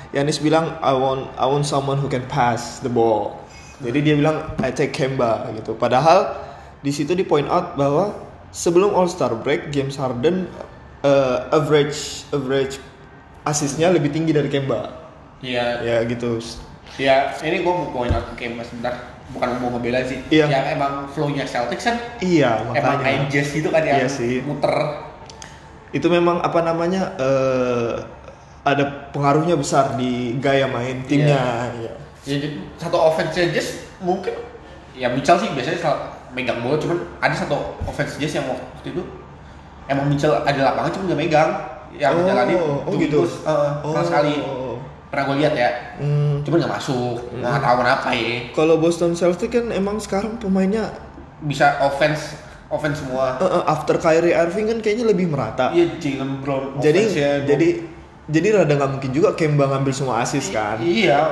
Giannis bilang I want I want someone who can pass the ball. Jadi dia bilang I take Kemba gitu. Padahal di situ di point out bahwa sebelum All Star break James Harden uh, average average asisnya lebih tinggi dari Kemba. Iya. Ya gitu. Ya ini gue mau point out ke Kemba sebentar. Bukan mau ngebela sih. Iya. Yang emang flow-nya Celtics kan. Iya makanya. Emang kayak jazz gitu kan yang iya sih. muter. Itu memang apa namanya uh, ada pengaruhnya besar di gaya main timnya. Iya. Ya, jadi satu offense Jazz mungkin ya Mitchell sih biasanya selalu megang bola, cuman ada satu offense Jazz yang waktu itu emang Mitchell ada lapangan cuma nggak megang, yang oh, jalanin oh gitu. Uh, oh. sama sekali pernah gue lihat ya, hmm. cuman nggak masuk, nggak hmm. tahu kenapa ya. Kalau Boston Celtics kan emang sekarang pemainnya bisa offense offense semua. Uh, uh, after Kyrie Irving kan kayaknya lebih merata. Iya, Jalen Brown. Jadi jadi jadi rada nggak mungkin juga Kemba ngambil semua assist kan? I- iya.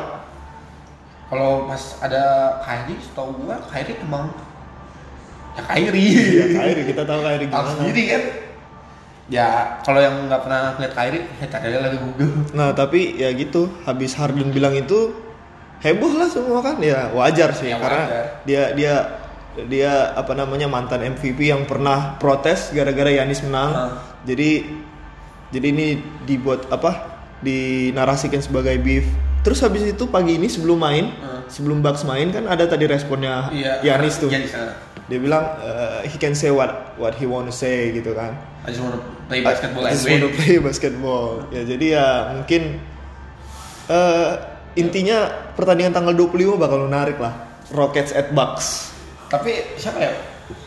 Kalau pas ada Kyrie, setahu gua Kyrie emang ya Kyrie. Iya Kyrie, kita tahu Kyrie gimana. Tahu sendiri kan. Ya kalau yang nggak pernah lihat Kyrie, ya cari aja lagi Google. Nah tapi ya gitu, habis Harden bilang itu heboh lah semua kan, ya wajar sih ya, karena wajar. dia dia dia apa namanya mantan M V P yang pernah protes gara-gara Giannis menang. Uh. Jadi jadi ini dibuat apa? Dinarasikan sebagai beef. Terus habis itu pagi ini sebelum main, uh. sebelum Bucks main kan ada tadi responnya iya, Giannis tuh. Giannis, uh. Dia bilang uh, he can say what what he want to say gitu kan. I just want to play basketball. I just want to play basketball. Ya jadi ya mungkin uh, intinya pertandingan tanggal dua puluh lima bakal menarik lah. Rockets at Bucks. Tapi siapa ya?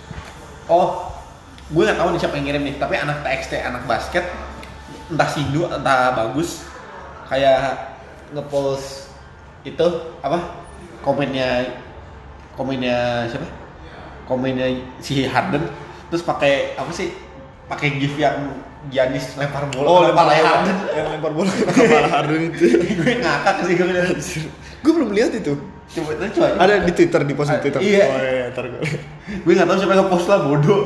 Oh, gue nggak tahu nih siapa yang ngirim nih. Tapi anak T X T, anak basket, entah Sindu, entah bagus, kayak ngepost itu apa komennya komennya siapa komennya si Harden terus pakai apa sih pakai gif yang Giannis lempar bola oh lempar lempar Harden yang lempar bola ke kepala Harden itu gue ngakak sih gue gue belum lihat itu coba coba ada di Twitter di post di Twitter iya. oh iya ntar gue gue nggak tahu siapa yang ngepost lah bodoh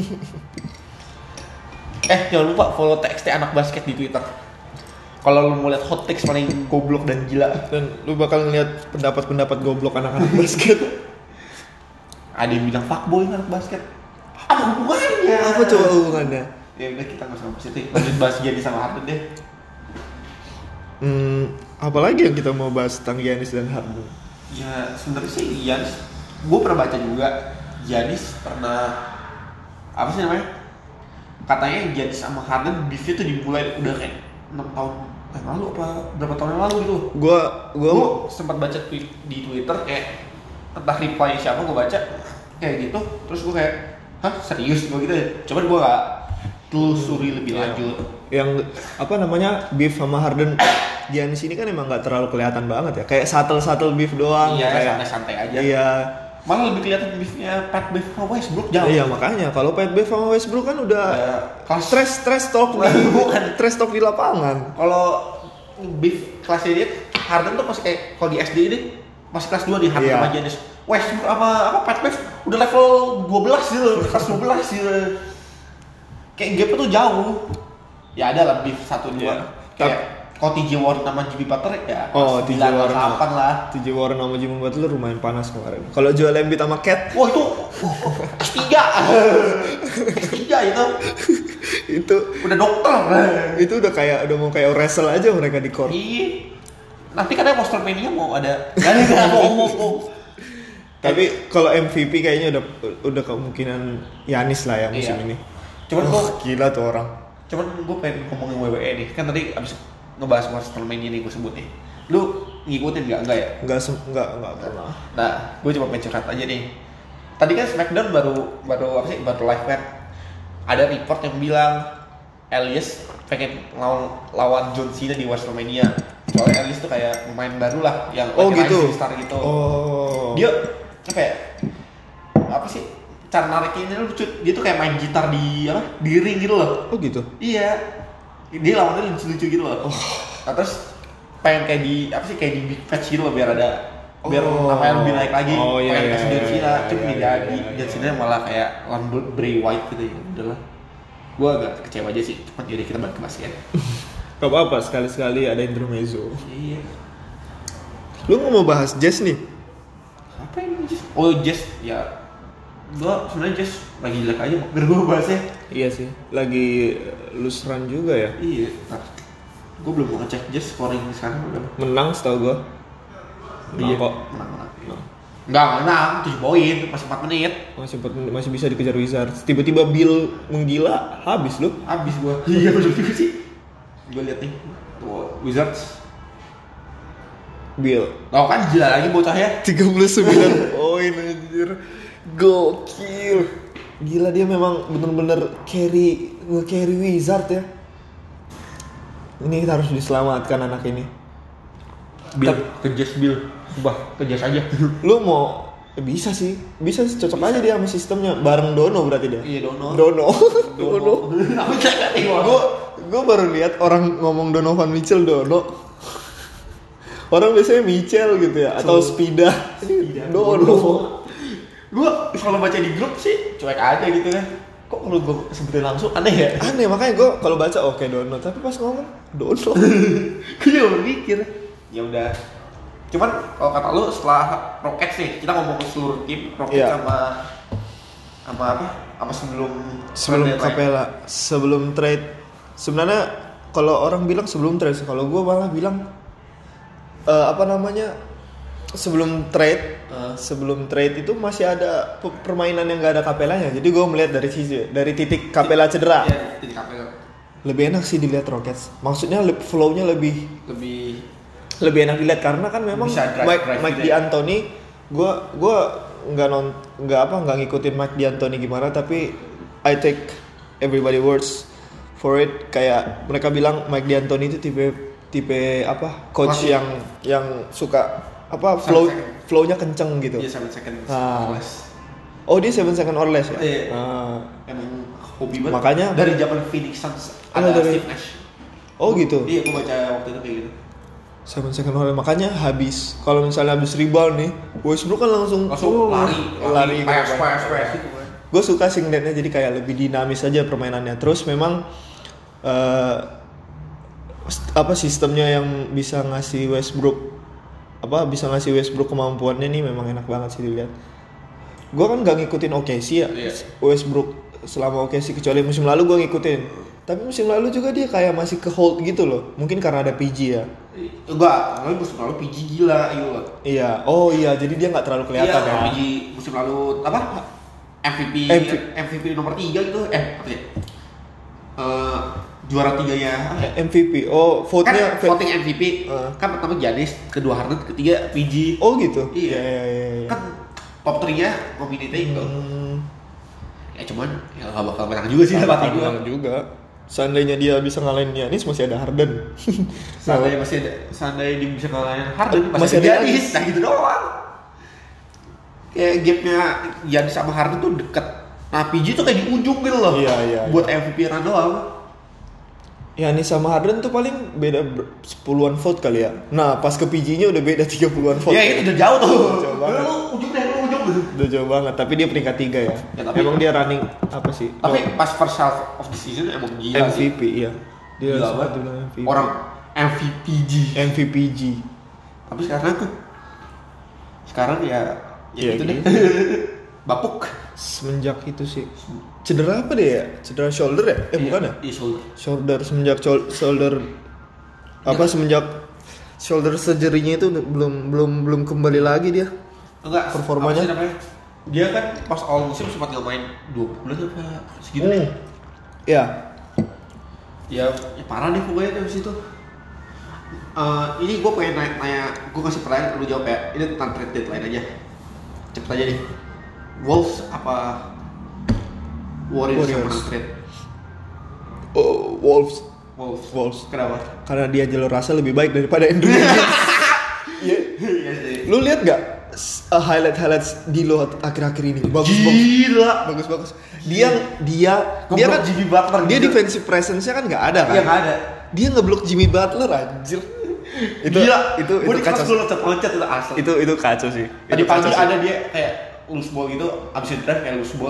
eh jangan lupa follow T X T anak basket di Twitter. Kalau lu mau lihat hot takes paling goblok dan gila, dan lu bakal ngeliat pendapat-pendapat goblok anak-anak basket. Ada yang bilang fuckboy anak basket. Apa hubungannya? Apa coba hubungannya? Ya udah kita nggak usah bahas itu. Lanjut bahas jadi sama Harden deh. Hmm, apalagi yang kita mau bahas tentang Giannis dan Harden? Ya sebenarnya sih Giannis, gue pernah baca juga Giannis pernah apa sih namanya? Katanya Giannis sama Harden beefnya tuh dimulai udah kayak enam tahun yang lalu apa berapa tahun yang lalu gitu. Gua gua, gua sempat baca tweet di Twitter kayak entah reply siapa gue baca kayak gitu terus gue kayak hah serius gue gitu ya. Cuman gue gak telusuri lebih ya, lanjut. Yang apa namanya beef sama Harden Giannis ini kan emang gak terlalu kelihatan banget ya. Kayak subtle-subtle beef doang. Iya kayak santai-santai aja. Iya. Malah lebih kelihatan beefnya Pat Bev sama Westbrook jauh. Iya makanya kalau Pat Bev sama Westbrook kan udah ya, stress stress talk di bukan stress talk di lapangan. Kalau beef kelasnya dia Harden tuh masih kayak kalau di S D ini masih kelas dua di Harden iya. sama Giannis. Westbrook sama apa Pat Bev udah level dua belas gitu, kelas dua belas gitu. Kayak gapnya tuh jauh. Ya ada lah beef satu dua. Yeah. Kayak kalau T J Warren sama Jimmy Butler ya oh, T J Warren delapan lah. T J Warren sama Jimmy Butler lumayan panas kemarin. Kalau Joel Embiid sama Cat, wah itu S tiga. S tiga itu. Itu udah dokter. Itu udah kayak udah mau kayak wrestle aja mereka di court. Iya. Nanti katanya WrestleMania mau ada. Enggak mau ngomong. Tapi kalau M V P kayaknya udah udah kemungkinan Giannis lah ya musim iya. ini. Cuman oh, gua gila tuh orang. Cuman gue pengen ngomongin W W E nih. Kan tadi abis ngebahas WrestleMania nih gue sebut nih. Lu ngikutin nggak enggak ya? Enggak enggak enggak pernah. Nah, gue cuma pengen curhat aja nih. Tadi kan SmackDown baru baru apa sih? Baru live kan. Ada report yang bilang Elias pengen lawan lawan John Cena di WrestleMania. Soalnya Elias tuh kayak pemain baru lah yang oh, gitu. star gitu. Oh. Dia apa ya? Apa sih? Cara nariknya lucu. Dia tuh kayak main gitar di apa? Di ring gitu loh. Oh gitu. Iya. Dia lawannya lucu-lucu gitu loh. Oh. Nah, terus pengen kayak di apa sih kayak di big match gitu loh biar ada biar oh. namanya lebih naik lagi. Oh iya. Pengen iya, kasih John Cena, iya, cuma iya, tidak iya, jadi. iya, John Cena malah kayak lawan Bray Wyatt gitu ya. Udahlah. Gue agak kecewa aja sih. Cuma jadi kita balik ke basket. Gak apa-apa, sekali-sekali ada intermezzo. Iya. Lu nggak mau bahas Jazz nih? Apa ini Jazz? Oh Jazz, ya. Gua sebenarnya Jazz lagi jelek aja, biar gua bahasnya. Iya sih, lagi loose run juga ya. Iya. Nah, gua belum mau ngecek Jazz scoring sekarang udah. Menang setahu gua. Menang Iya. kok. Menang, menang. Enggak, menang, tujuh poin, masih empat menit. Masih masih bisa dikejar Wizards. Tiba-tiba Bill menggila, habis lu. Habis gua. Iya, betul juga sih. Gua lihat nih. Tuh, Wizards. Bill. Oh kan gila lagi bocahnya. tiga puluh sembilan poin anjir. Gokil. Gila dia memang bener-bener carry nge-carry Wizard ya. Ini kita harus diselamatkan anak ini. Bill, kejas Bill. Ubah, kejas aja. Lu mau eh, bisa sih. Bisa sih cocok bisa aja dia sama sistemnya. Bareng Dono berarti dia. Iya, Dono. Dono. Dono. Gue gue baru lihat orang ngomong Donovan Mitchell Dono. Orang biasanya Mitchell gitu ya atau Spida. Spida. Dono. Gue kalau baca di grup sih cuek aja gitu kan. Kok kalau gue sebutin langsung aneh ya? Aneh makanya gue kalau baca oke okay, Dono, tapi pas ngomong Dono. Gue juga mikir. Ya udah. Cuman kalau kata lu setelah Rockets nih, kita ngomong ke seluruh tim Rockets yeah. sama sama apa? Apa sebelum sebelum Capela, sebelum trade. Sebenarnya kalau orang bilang sebelum trade, kalau gue malah bilang uh, apa namanya? Sebelum trade, uh, sebelum trade itu masih ada permainan yang gak ada Capelanya. Jadi gue melihat dari sisi dari titik Capela cedera. Iya, titik Capela. Lebih enak sih dilihat Rockets. Maksudnya flow-nya lebih lebih lebih enak dilihat karena kan memang drive, Mike, drive Mike D'Antoni, gue gue nggak non nggak apa nggak ngikutin Mike D'Antoni gimana, tapi I take everybody words for it. Kayak mereka bilang Mike D'Antoni itu tipe tipe apa coach Masih. yang yang suka apa flow flow-nya kenceng gitu. Iya, seven second ah. or less. Oh dia seven second or less ya. Iya. Ah. Emang hobi banget. Makanya dari zaman Phoenix Suns ada oh, dari, Steve Nash. Oh gitu. Iya, gue baca waktu itu kayak gitu. seven second or less. Makanya habis kalau misalnya habis rebound nih, Westbrook kan langsung langsung uh, lari, lari, pass, pass, pass gitu kan. Gue suka sih ngeliatnya, jadi kayak lebih dinamis aja permainannya. Terus memang uh, apa sistemnya yang bisa ngasih Westbrook apa bisa ngasih Westbrook kemampuannya nih memang enak banget sih dilihat. Gue kan gak ngikutin O K C ya, yeah. Westbrook selama O K C kecuali musim lalu gue ngikutin. Tapi musim lalu juga dia kayak masih ke hold gitu loh. Mungkin karena ada P G ya. Enggak, lalu musim lalu P G gila gitu loh. Iya, oh iya, jadi dia nggak terlalu kelihatan iya, ya. P G musim lalu apa? M V P M V P, M V P nomor tiga gitu. Eh, apa ya? Uh, juara tiganya M V P. Oh, vote-nya kan voting M V P. Uh. Kan pertama Giannis, kedua Harden, ketiga P G. Oh gitu. Iya, iya, iya, iya. Kan top tiga nominate itu. Hmm. Ya cuman ya enggak bakal menang juga sih tempat itu. Menang juga. Seandainya dia bisa ngalahin Giannis masih ada Harden. Seandainya masih ada, seandainya dia bisa ngalahin Harden masih, masih ada Giannis. Nah gitu doang. Kayak gapnya Giannis sama Harden tuh deket. Nah P G tuh kayak di ujung gitu loh. Iya, iya. Buat M V P run doang. Giannis sama Harden tuh paling beda sepuluhan vote kali ya. Nah pas ke P G-nya udah beda tiga puluhan vote. Ya itu udah jauh tuh. Jauh banget. Lu ujung deh, lu ujung. Udah jauh banget, tapi dia peringkat tiga ya. Ya tapi, emang dia running apa sih? Tapi oh. pas first half of the season emang gila M V P sih. Iya. Dia gila banget bilang M V P. Orang M V P G. M V P G. Tapi sekarang tuh sekarang ya ya, ya itu deh. Bapuk. Semenjak itu sih. Cedera apa deh ya? Cedera shoulder ya? Eh iya, bukan ya? Iya shoulder. Shoulder semenjak shoulder apa ya. Semenjak shoulder surgery-nya itu belum belum belum kembali lagi dia. Enggak, performanya. Dia kan pas awal musim sempat nggak main dua bulan apa segitu deh. Hmm. Ya. Ya, ya parah nih pokoknya dari situ. Uh, ini gue pengen nanya, nanya gue kasih pertanyaan lu jawab ya. Ini tentang trade deadline aja. Cepet aja nih. Wolves apa Warriors, Warriors. Yang trade? Oh, Wolves. Wolves. Wolves. Kenapa? Karena dia jalur rasa lebih baik daripada Andrew Wiggins. Iya. Lu lihat gak uh, highlight highlights di lo akhir-akhir ini? Bagus Gila. bagus. Bagus bagus. Dia dia ngeblok dia kan Jimmy Butler. Dia gitu. Defensive presence-nya kan nggak ada kan? Iya nggak ada. Dia ngeblok Jimmy Butler anjir. Itu Gila. itu itu, itu kacau. Gue loncat-loncat itu asli. Itu itu kacau sih. Tadi pagi ada dia kayak loose ball gitu, abis itu drive kayak loose ball,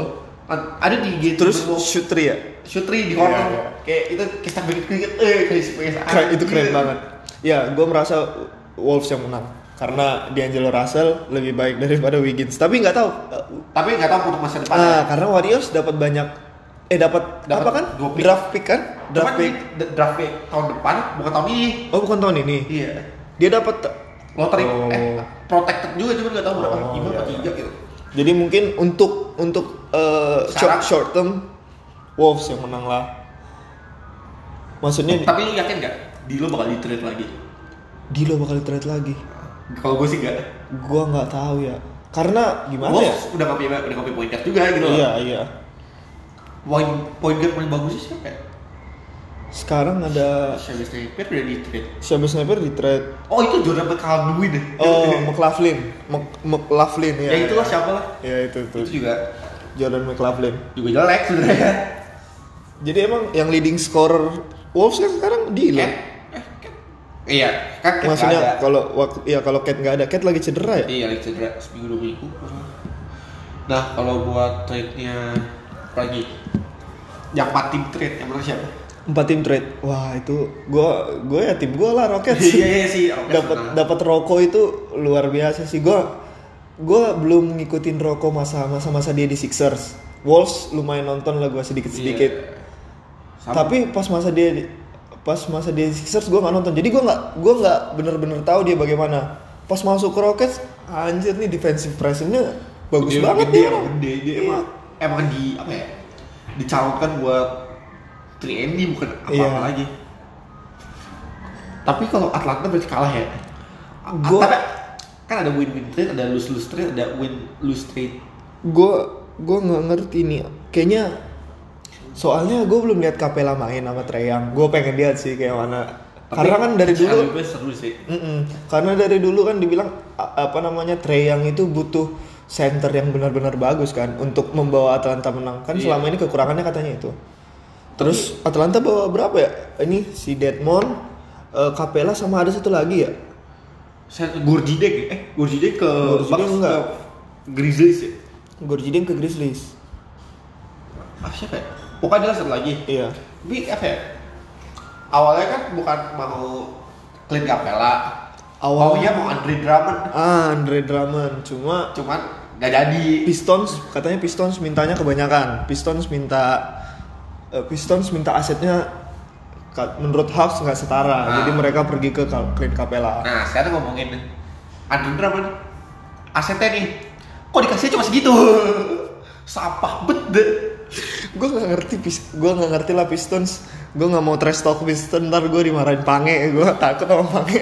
Ada di gitu. Terus shoot three ya? Shoot three di corner. Iya, iya. Kayak itu kita bikin kriket eh kayak si P S A. Keren, itu keren banget. Ya, gue merasa Wolves yang menang karena D'Angelo Russell lebih baik daripada Wiggins. Tapi nggak tahu. Tapi nggak tahu untuk masa depan. Ah, karena Warriors dapat banyak eh dapat apa kan? Dua pick. Draft pick kan? Draft Cuman pick. di- draft pick tahun depan bukan tahun ini. Oh, bukan tahun ini. Iya. Dia dapat Lottery Oh. eh protected juga cuma nggak tahu berapa Oh, lima iya, atau iya. tiga gitu. Jadi mungkin untuk untuk uh, short, Sekarang- short term Wolves yang menang lah. Maksudnya Tapi lu yakin nggak? Dilo bakal di trade lagi? Dilo bakal trade lagi. Kalau gue sih nggak. Gua nggak tahu ya. Karena gimana ya? Wolves udah kopi udah kopi point guard juga gitu. Iya, iya. Point point guard paling bagus sih siapa? ya? Sekarang ada Shabazz Napier udah di trade. Shabazz Napier di trade. Oh itu Jordan McCaldwin deh. Oh, McLaughlin. Mc- McLaughlin ya. Ya itulah siapa lah. Ya itu tuh. Itu juga Jordan McLaughlin. juga jelek sebenarnya. Jadi emang yang leading scorer Wolves kan sekarang Dilo. Cat, eh, Cat. Iya, kan Cat nggak Maksudnya ada. kalau waktu ya kalau Cat nggak ada, Cat lagi cedera ya. Iya, lagi cedera seminggu dua minggu. Nah, kalau buat trade-nya apa lagi yang empat tim trade yang mana siapa? Empat tim trade. Wah, itu gua gua ya tim gua lah Rockets. Iya iya sih. Rockets Dapat menang. dapat Rocco itu luar biasa sih. Gua gua belum ngikutin Rocco masa masa masa dia di Sixers. Wolves lumayan nonton lah gua sedikit-sedikit. Iya. Sama. Tapi pas masa dia di- pas masa dia di Sixers gua nggak nonton. Jadi gua nggak gua nggak bener-bener tahu dia bagaimana. Pas masuk ke Rockets, anjir nih defensive presence-nya bagus Gede- banget gede, dia. emang gede dia Iya. emang emang di apa ya? Dicalonkan buat tiga and D bukan apa-apa Iya. lagi. Tapi kalau Atlanta berarti kalah ya. Gua- Tapi kan ada win-win trade, ada lose-lose trade, ada win-lose trade. Gue gue nggak ngerti nih, kayaknya soalnya gue belum lihat Capella main sama Trae Young. Gue pengen lihat sih kayak mana. Tapi Karena kan dari dulu, Alex seru sih. Mm-mm. karena dari dulu kan dibilang a- apa namanya Trae Young itu butuh center yang benar-benar bagus kan untuk membawa Atlanta menang. Kan Iya. selama ini kekurangannya katanya itu. Terus Atlanta bawa berapa ya? Ini si Dedmon, eh, Capella sama ada satu lagi ya. Gurjidek eh Gurjidek ke Gurjidek Bucks, enggak. ke Grizzlies ya. Gordon ke Grizzlies. Ah siapa ya? Pokoknya dia satu lagi. Iya. Tapi apa ya? Awalnya kan bukan mau Clint Capella. Awal- Awalnya mau Andre Drummond. Ah, Andre Drummond cuma Cuman gak jadi. Pistons katanya Pistons mintanya kebanyakan. Pistons minta eh, Pistons minta asetnya ka- menurut Hawks nggak setara. Nah. Jadi mereka pergi ke Ka- Clint Capella. Nah sekarang ngomongin Andre Drummond. Asetnya nih. Kok dikasih cuma segitu? Sampah bet deh. Gue nggak ngerti Pis- gue nggak ngerti lah Pistons. Gue nggak mau trash talk Pistons, ntar gue dimarahin Pange. Gue takut sama Pange.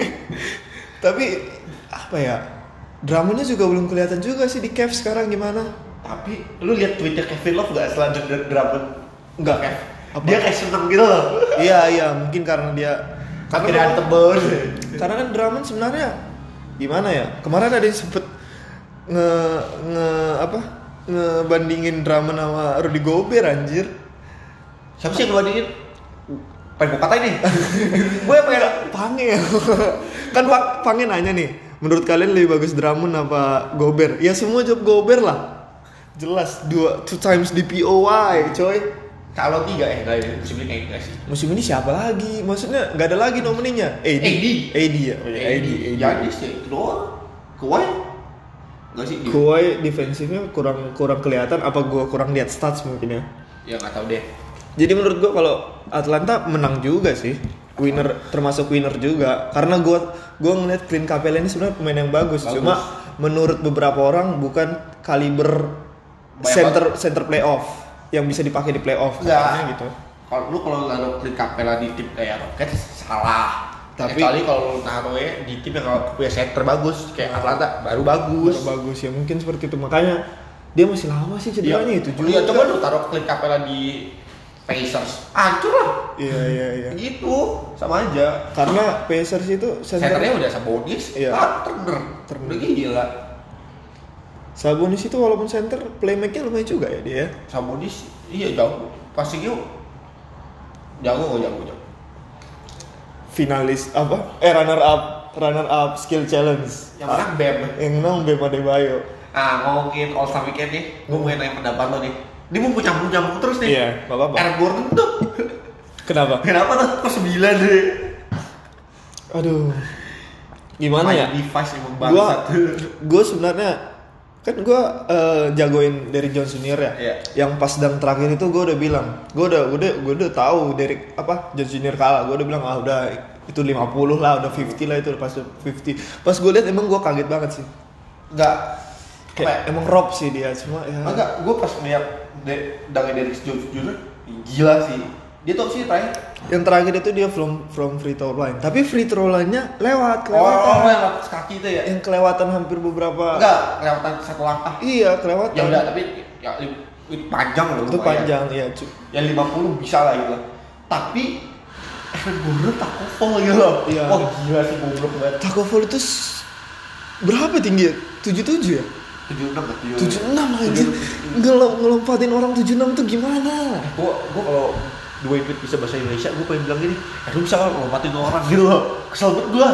Tapi apa ya? Drummondnya juga belum kelihatan juga sih di Cavs sekarang gimana? Tapi lu lihat tweetnya Kevin Love gak setelah Dr- Drummond? Enggak. Kev. Apa? Dia kayak seneng gitu loh. Iya iya mungkin karena dia Akhirnya tebel. karena kan Drummond sebenarnya gimana ya, kemarin ada yang sempet nge nge apa ngebandingin Drummond sama Rudy Gobert anjir. Siapa sih yang ngebandingin? Pengen gue katain nih. Gue pengen Pange ya. Kan Pak Pange nanya nih, menurut kalian lebih bagus Drummond apa Gobert? Ya semua jawab Gobert lah, jelas dua two times D P O Y coy. kalau tiga eh enggak ini musim ini kayak enggak sih. Musim ini siapa lagi? Maksudnya nggak ada lagi nomininya. A D. A D. A D ya. Oh, iya, A D. A D. Giannis ya itu doang. Kawhi enggak sih? dia? Kawhi defensifnya kurang kurang kelihatan, apa gua kurang lihat stats mungkin ya. Ya enggak tahu deh. Jadi menurut gua kalau Atlanta menang juga sih. Winner termasuk winner juga karena gua gua ngeliat Clint Capella ini sebenarnya pemain yang bagus. Bagus. Cuma menurut beberapa orang bukan kaliber Banyak center center playoff yang bisa dipakai di playoff Enggak. katanya gitu. Kalau lu kalau naruh Clint Capella di tim kayak Rockets salah. Tapi- Kecuali kalau lu naruhnya di tim yang kalau punya center bagus kayak Atlanta baru bagus. Bagus. bagus ya mungkin seperti itu, makanya dia masih lama sih cederanya itu juga. Iya, coba lu taruh Clint Capella di Pacers. Hancur lah. Iya iya iya. Gitu, sama aja. Karena Pacers itu center Centernya udah Sabonis, Iya. ah, Turner, Turner. udah gila. Sabonis itu walaupun center playmaker lumayan juga ya dia. Sabonis, iya jago. Passingnya jago kok jago jago. Finalis apa? Eh runner up, runner up skill challenge. Yang menang Bam. Yang menang Bam Adebayo. Ah ngomongin All Star Weekend nih, gue mau nanya pendapat lo nih. Dia mau nyambung-nyambung terus nih. Iya, gak apa-apa. Eric Gordon tuh. Kenapa? Kenapa tuh kok sembilan deh? Aduh. Gimana ya? Device emang Gua bangsat. gua sebenarnya kan gue uh, jagoin Derrick Jones Junior ya. Iya. Yang pas dang terakhir itu gue udah bilang, gue udah gue udah gue udah tahu Derrick apa Jones Junior kalah. Gue udah bilang ah udah itu lima puluh lah, udah lima puluh lah itu pas lima puluh. Pas gue lihat emang gue kaget banget sih. Enggak. Kayak emang rob sih dia cuma ya. Enggak, gue pas ngeliat de- dangnya Derrick Jones Junior gila sih. Dia tuh sih terakhir. Yang terakhir itu dia from from free throw line. Tapi free throw line-nya lewat, kelewatan. Oh, yang lapis kaki itu ya? Yang kelewatan hampir beberapa. Enggak, kelewatan satu langkah. Iya, kelewatan. Ya udah, tapi ya ini panjang loh. Itu panjang ya. Cu- Yang lima puluh bisa lah gitu. Tapi Evan Gordon tak kofol gitu loh. Iya. Wah gila sih goblok banget. Taco Fall itu s- berapa tinggi? tujuh puluh tujuh ya? tujuh puluh enam kan? tujuh puluh enam anjir. Ngelom- Ngelompatin orang tujuh puluh enam tuh gimana? Gue gue kalau dua Infinite bisa bahasa Indonesia, gue pengen bilang gini, eh lu bisa lompatin orang gitu loh. Kesel banget gue.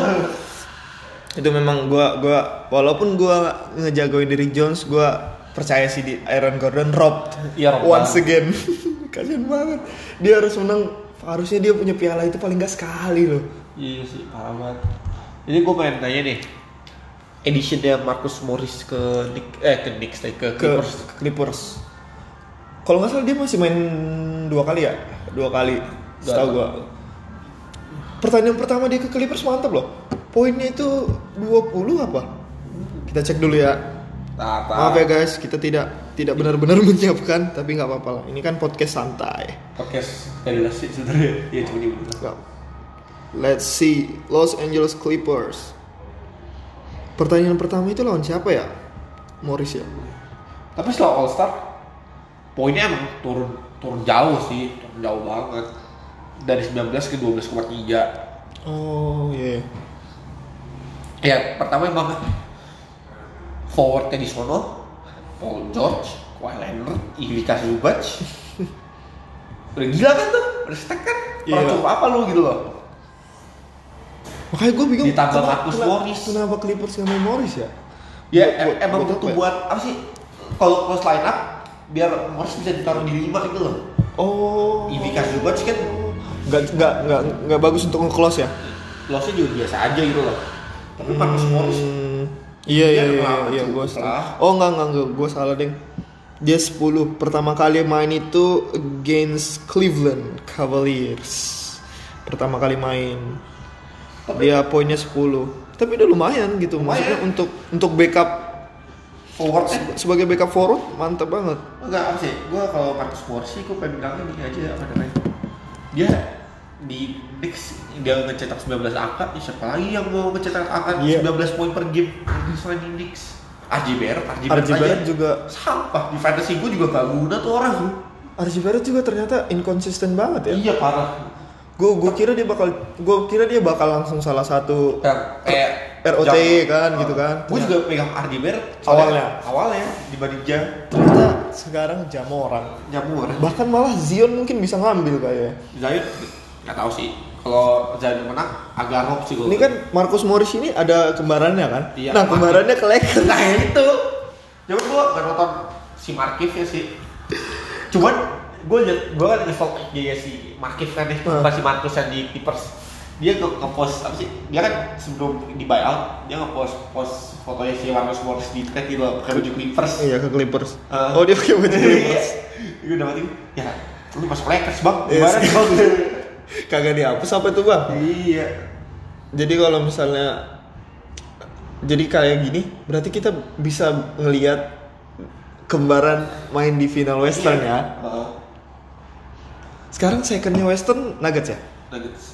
Itu memang gua gua walaupun gua ngejagoin Derrick Jones, gua percaya sih di Aaron Gordon robbed. Iya, robbed once banget. again. Kasian banget. Dia harus menang. Harusnya dia punya piala itu paling gak sekali loh. Iya sih, parah banget. Jadi gue pengen tanya nih, editionnya Marcus Morris ke Nick, eh ke Knicks, ke Ke Clippers. Clippers. Kalau nggak salah dia masih main dua kali ya, dua kali. Setahu gua. Pertandingan pertama dia ke Clippers mantap loh. Poinnya itu dua puluh apa? Kita cek dulu ya. Nah, Maaf ya guys, kita tidak tidak benar-benar menyiapkan, tapi nggak apa-apa lah. Ini kan podcast santai. podcast kali sih sebenarnya. Iya cuma ini bener. Nggak. Let's see, Los Angeles Clippers. Pertandingan pertama itu lawan siapa ya? Morris ya. Tapi setelah All Star, poinnya emang turun turun jauh sih, turun jauh banget. Dari sembilan belas ke dua belas koma tiga. Oh iya. Yeah. Ya pertama emang forwardnya di sono, Paul George, Kawhi Leonard, Ivica Zubac. Udah gila kan tuh, udah stack kan? Iya. Percuma apa lu gitu loh? Makanya gue bingung. Ditambah kenapa- Marcus kenapa- Morris. Kenapa Clippers nggak main Morris ya? Ya Buat- em- buat- emang buat butuh apa ya? buat apa sih? Kalau close line up, biar Morris bisa ditaruh di lima gitu loh. Oh. Ivica Zubac kan Nggak nggak nggak nggak bagus untuk nge-close ya? lossnya juga biasa aja gitu loh. Tapi Marcus Morris Hmm, iya iya dia iya kenapa iya cukup gue lah. salah. Oh enggak enggak enggak gue salah deng. Dia sepuluh pertama kali main itu against Cleveland Cavaliers. Pertama kali main. Dia poinnya sepuluh. Tapi udah lumayan gitu. Lumayan. Maksudnya untuk untuk backup forward eh sebagai backup forward mantap banget. enggak apa sih? Gue kalau Marcus Morris sih gue pengen bilangnya gini aja apa namanya? Dia di Knicks dia ngecetak sembilan belas angka, ya siapa lagi yang mau ngecetak angka Iya. sembilan belas poin per game di selain di Knicks? R J Barrett, R J R J Barrett Barrett aja juga sampah di fantasy gue juga gak guna tuh orang. R J Barrett juga ternyata inconsistent banget ya. Iya parah. Gue gue kira dia bakal gue kira dia bakal langsung salah satu Yang kayak R O T E kan gitu kan. Gue juga pegang R J Barrett Awalnya. awalnya dibanding Jam Ternyata sekarang Jamoran. Jamur. Bahkan malah Zion mungkin bisa ngambil kayaknya. Zion nggak tahu sih. Kalau Zion menang agak rob sih gue. Ini kan Marcus Morris ini ada kembarannya kan? Iya, Nah, kembarannya ke Lakers. Nah itu. Cuman gue nggak nonton si Markif ya sih. Cuman gue liat gue kan nge-stalk dia si Markif kan nih, Hmm. pas si Marcus yang di Clippers. Dia nge- nge-post apa sih? Dia kan sebelum di buyout dia nge-post post fotonya si Marcus Morris di trade gitu loh, pakai baju Clippers. Iya, ke Clippers. Uh. Oh, dia pakai baju Clippers. Gue udah mati. Ya, lu masuk Lakers bang. Iya Gimana sih. bang? Kagak dihapus apa tuh, Bang? Iya. Jadi kalau misalnya jadi kayak gini, berarti kita bisa ngelihat kembaran main di final Western ya. Heeh. Sekarang secondnya Western Nuggets ya? Nuggets.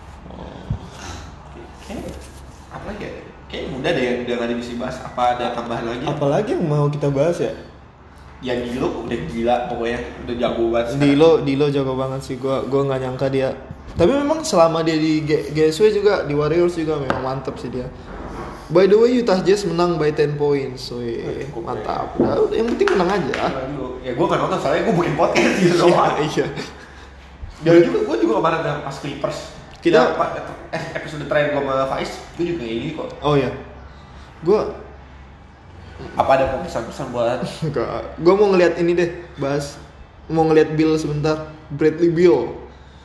Kayak apa lagi ya? Kayak mudah deh yang udah nggak bisa dibahas. Apa ada tambahan lagi? Apalagi yang mau kita bahas ya? Ya Dilo udah gila pokoknya, udah jago banget. sekarang. Dilo, Dilo jago banget sih. Gua gua nggak nyangka dia. Tapi memang selama dia di G- G S W juga di Warriors juga memang mantap sih dia. By the way, Utah Jazz menang by ten points. Wih, mantap. Udah, udah, yang penting menang aja. Gila, Dilo. Ya gue nggak nonton soalnya gue bikin podcast gitu doang. Iya. Dan juga gue juga kemarin yang pas Clippers. Kita- Kita pa- eh, episode terakhir gue sama Faiz, gue juga kayak gini kok. Oh iya. Gua Apa ada pesan-pesan buat Enggak, gue mau ngeliat ini deh, bahas mau ngeliat Bill sebentar. Bradley Beal.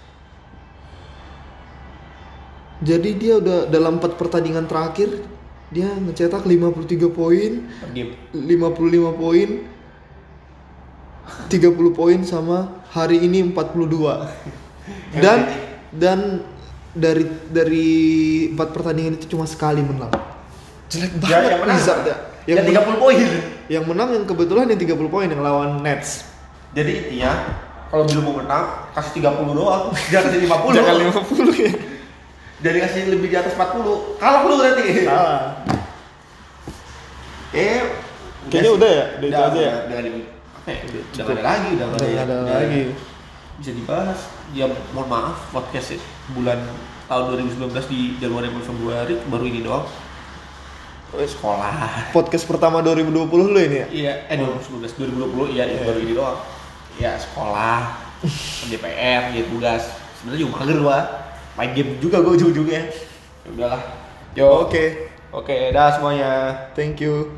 Jadi dia udah dalam empat pertandingan terakhir dia ngecetak lima puluh tiga poin, Per game. lima puluh lima poin, tiga puluh poin sama hari ini empat puluh dua. Dan dan dari dari empat pertandingan itu cuma sekali menang. Jelek banget Ya, yang menang. Wizard ya. Yang men- tiga puluh poin. Yang menang yang kebetulan yang tiga puluh poin yang lawan Nets. Jadi intinya kalau belum mau menang kasih tiga puluh doang, jangan kasih lima puluh. Jangan lima puluh ya. Jadi kasih lebih di atas empat puluh. Kalah lu berarti. Salah. Eh, Kayaknya udah ya, udah itu aja ya? Udah ada apa ya? Udah nggak ada lagi, udah nggak Udah nggak ada udah lagi. Bisa dibahas. Ya mohon maaf podcast bulan tahun dua ribu sembilan belas di Januari sampai Februari baru ini doang. Oh, sekolah. Podcast pertama dua ribu dua puluh lu ini ya? Iya, eh dua ribu sembilan belas, dua ribu dua puluh iya, yeah. Baru ini doang. Ya sekolah, D P R, ya tugas. Sebenarnya juga mager gua. Main game juga gua ujung-ujungnya. Ya udahlah. Yo. Oke, Oke, dah semuanya. thank you.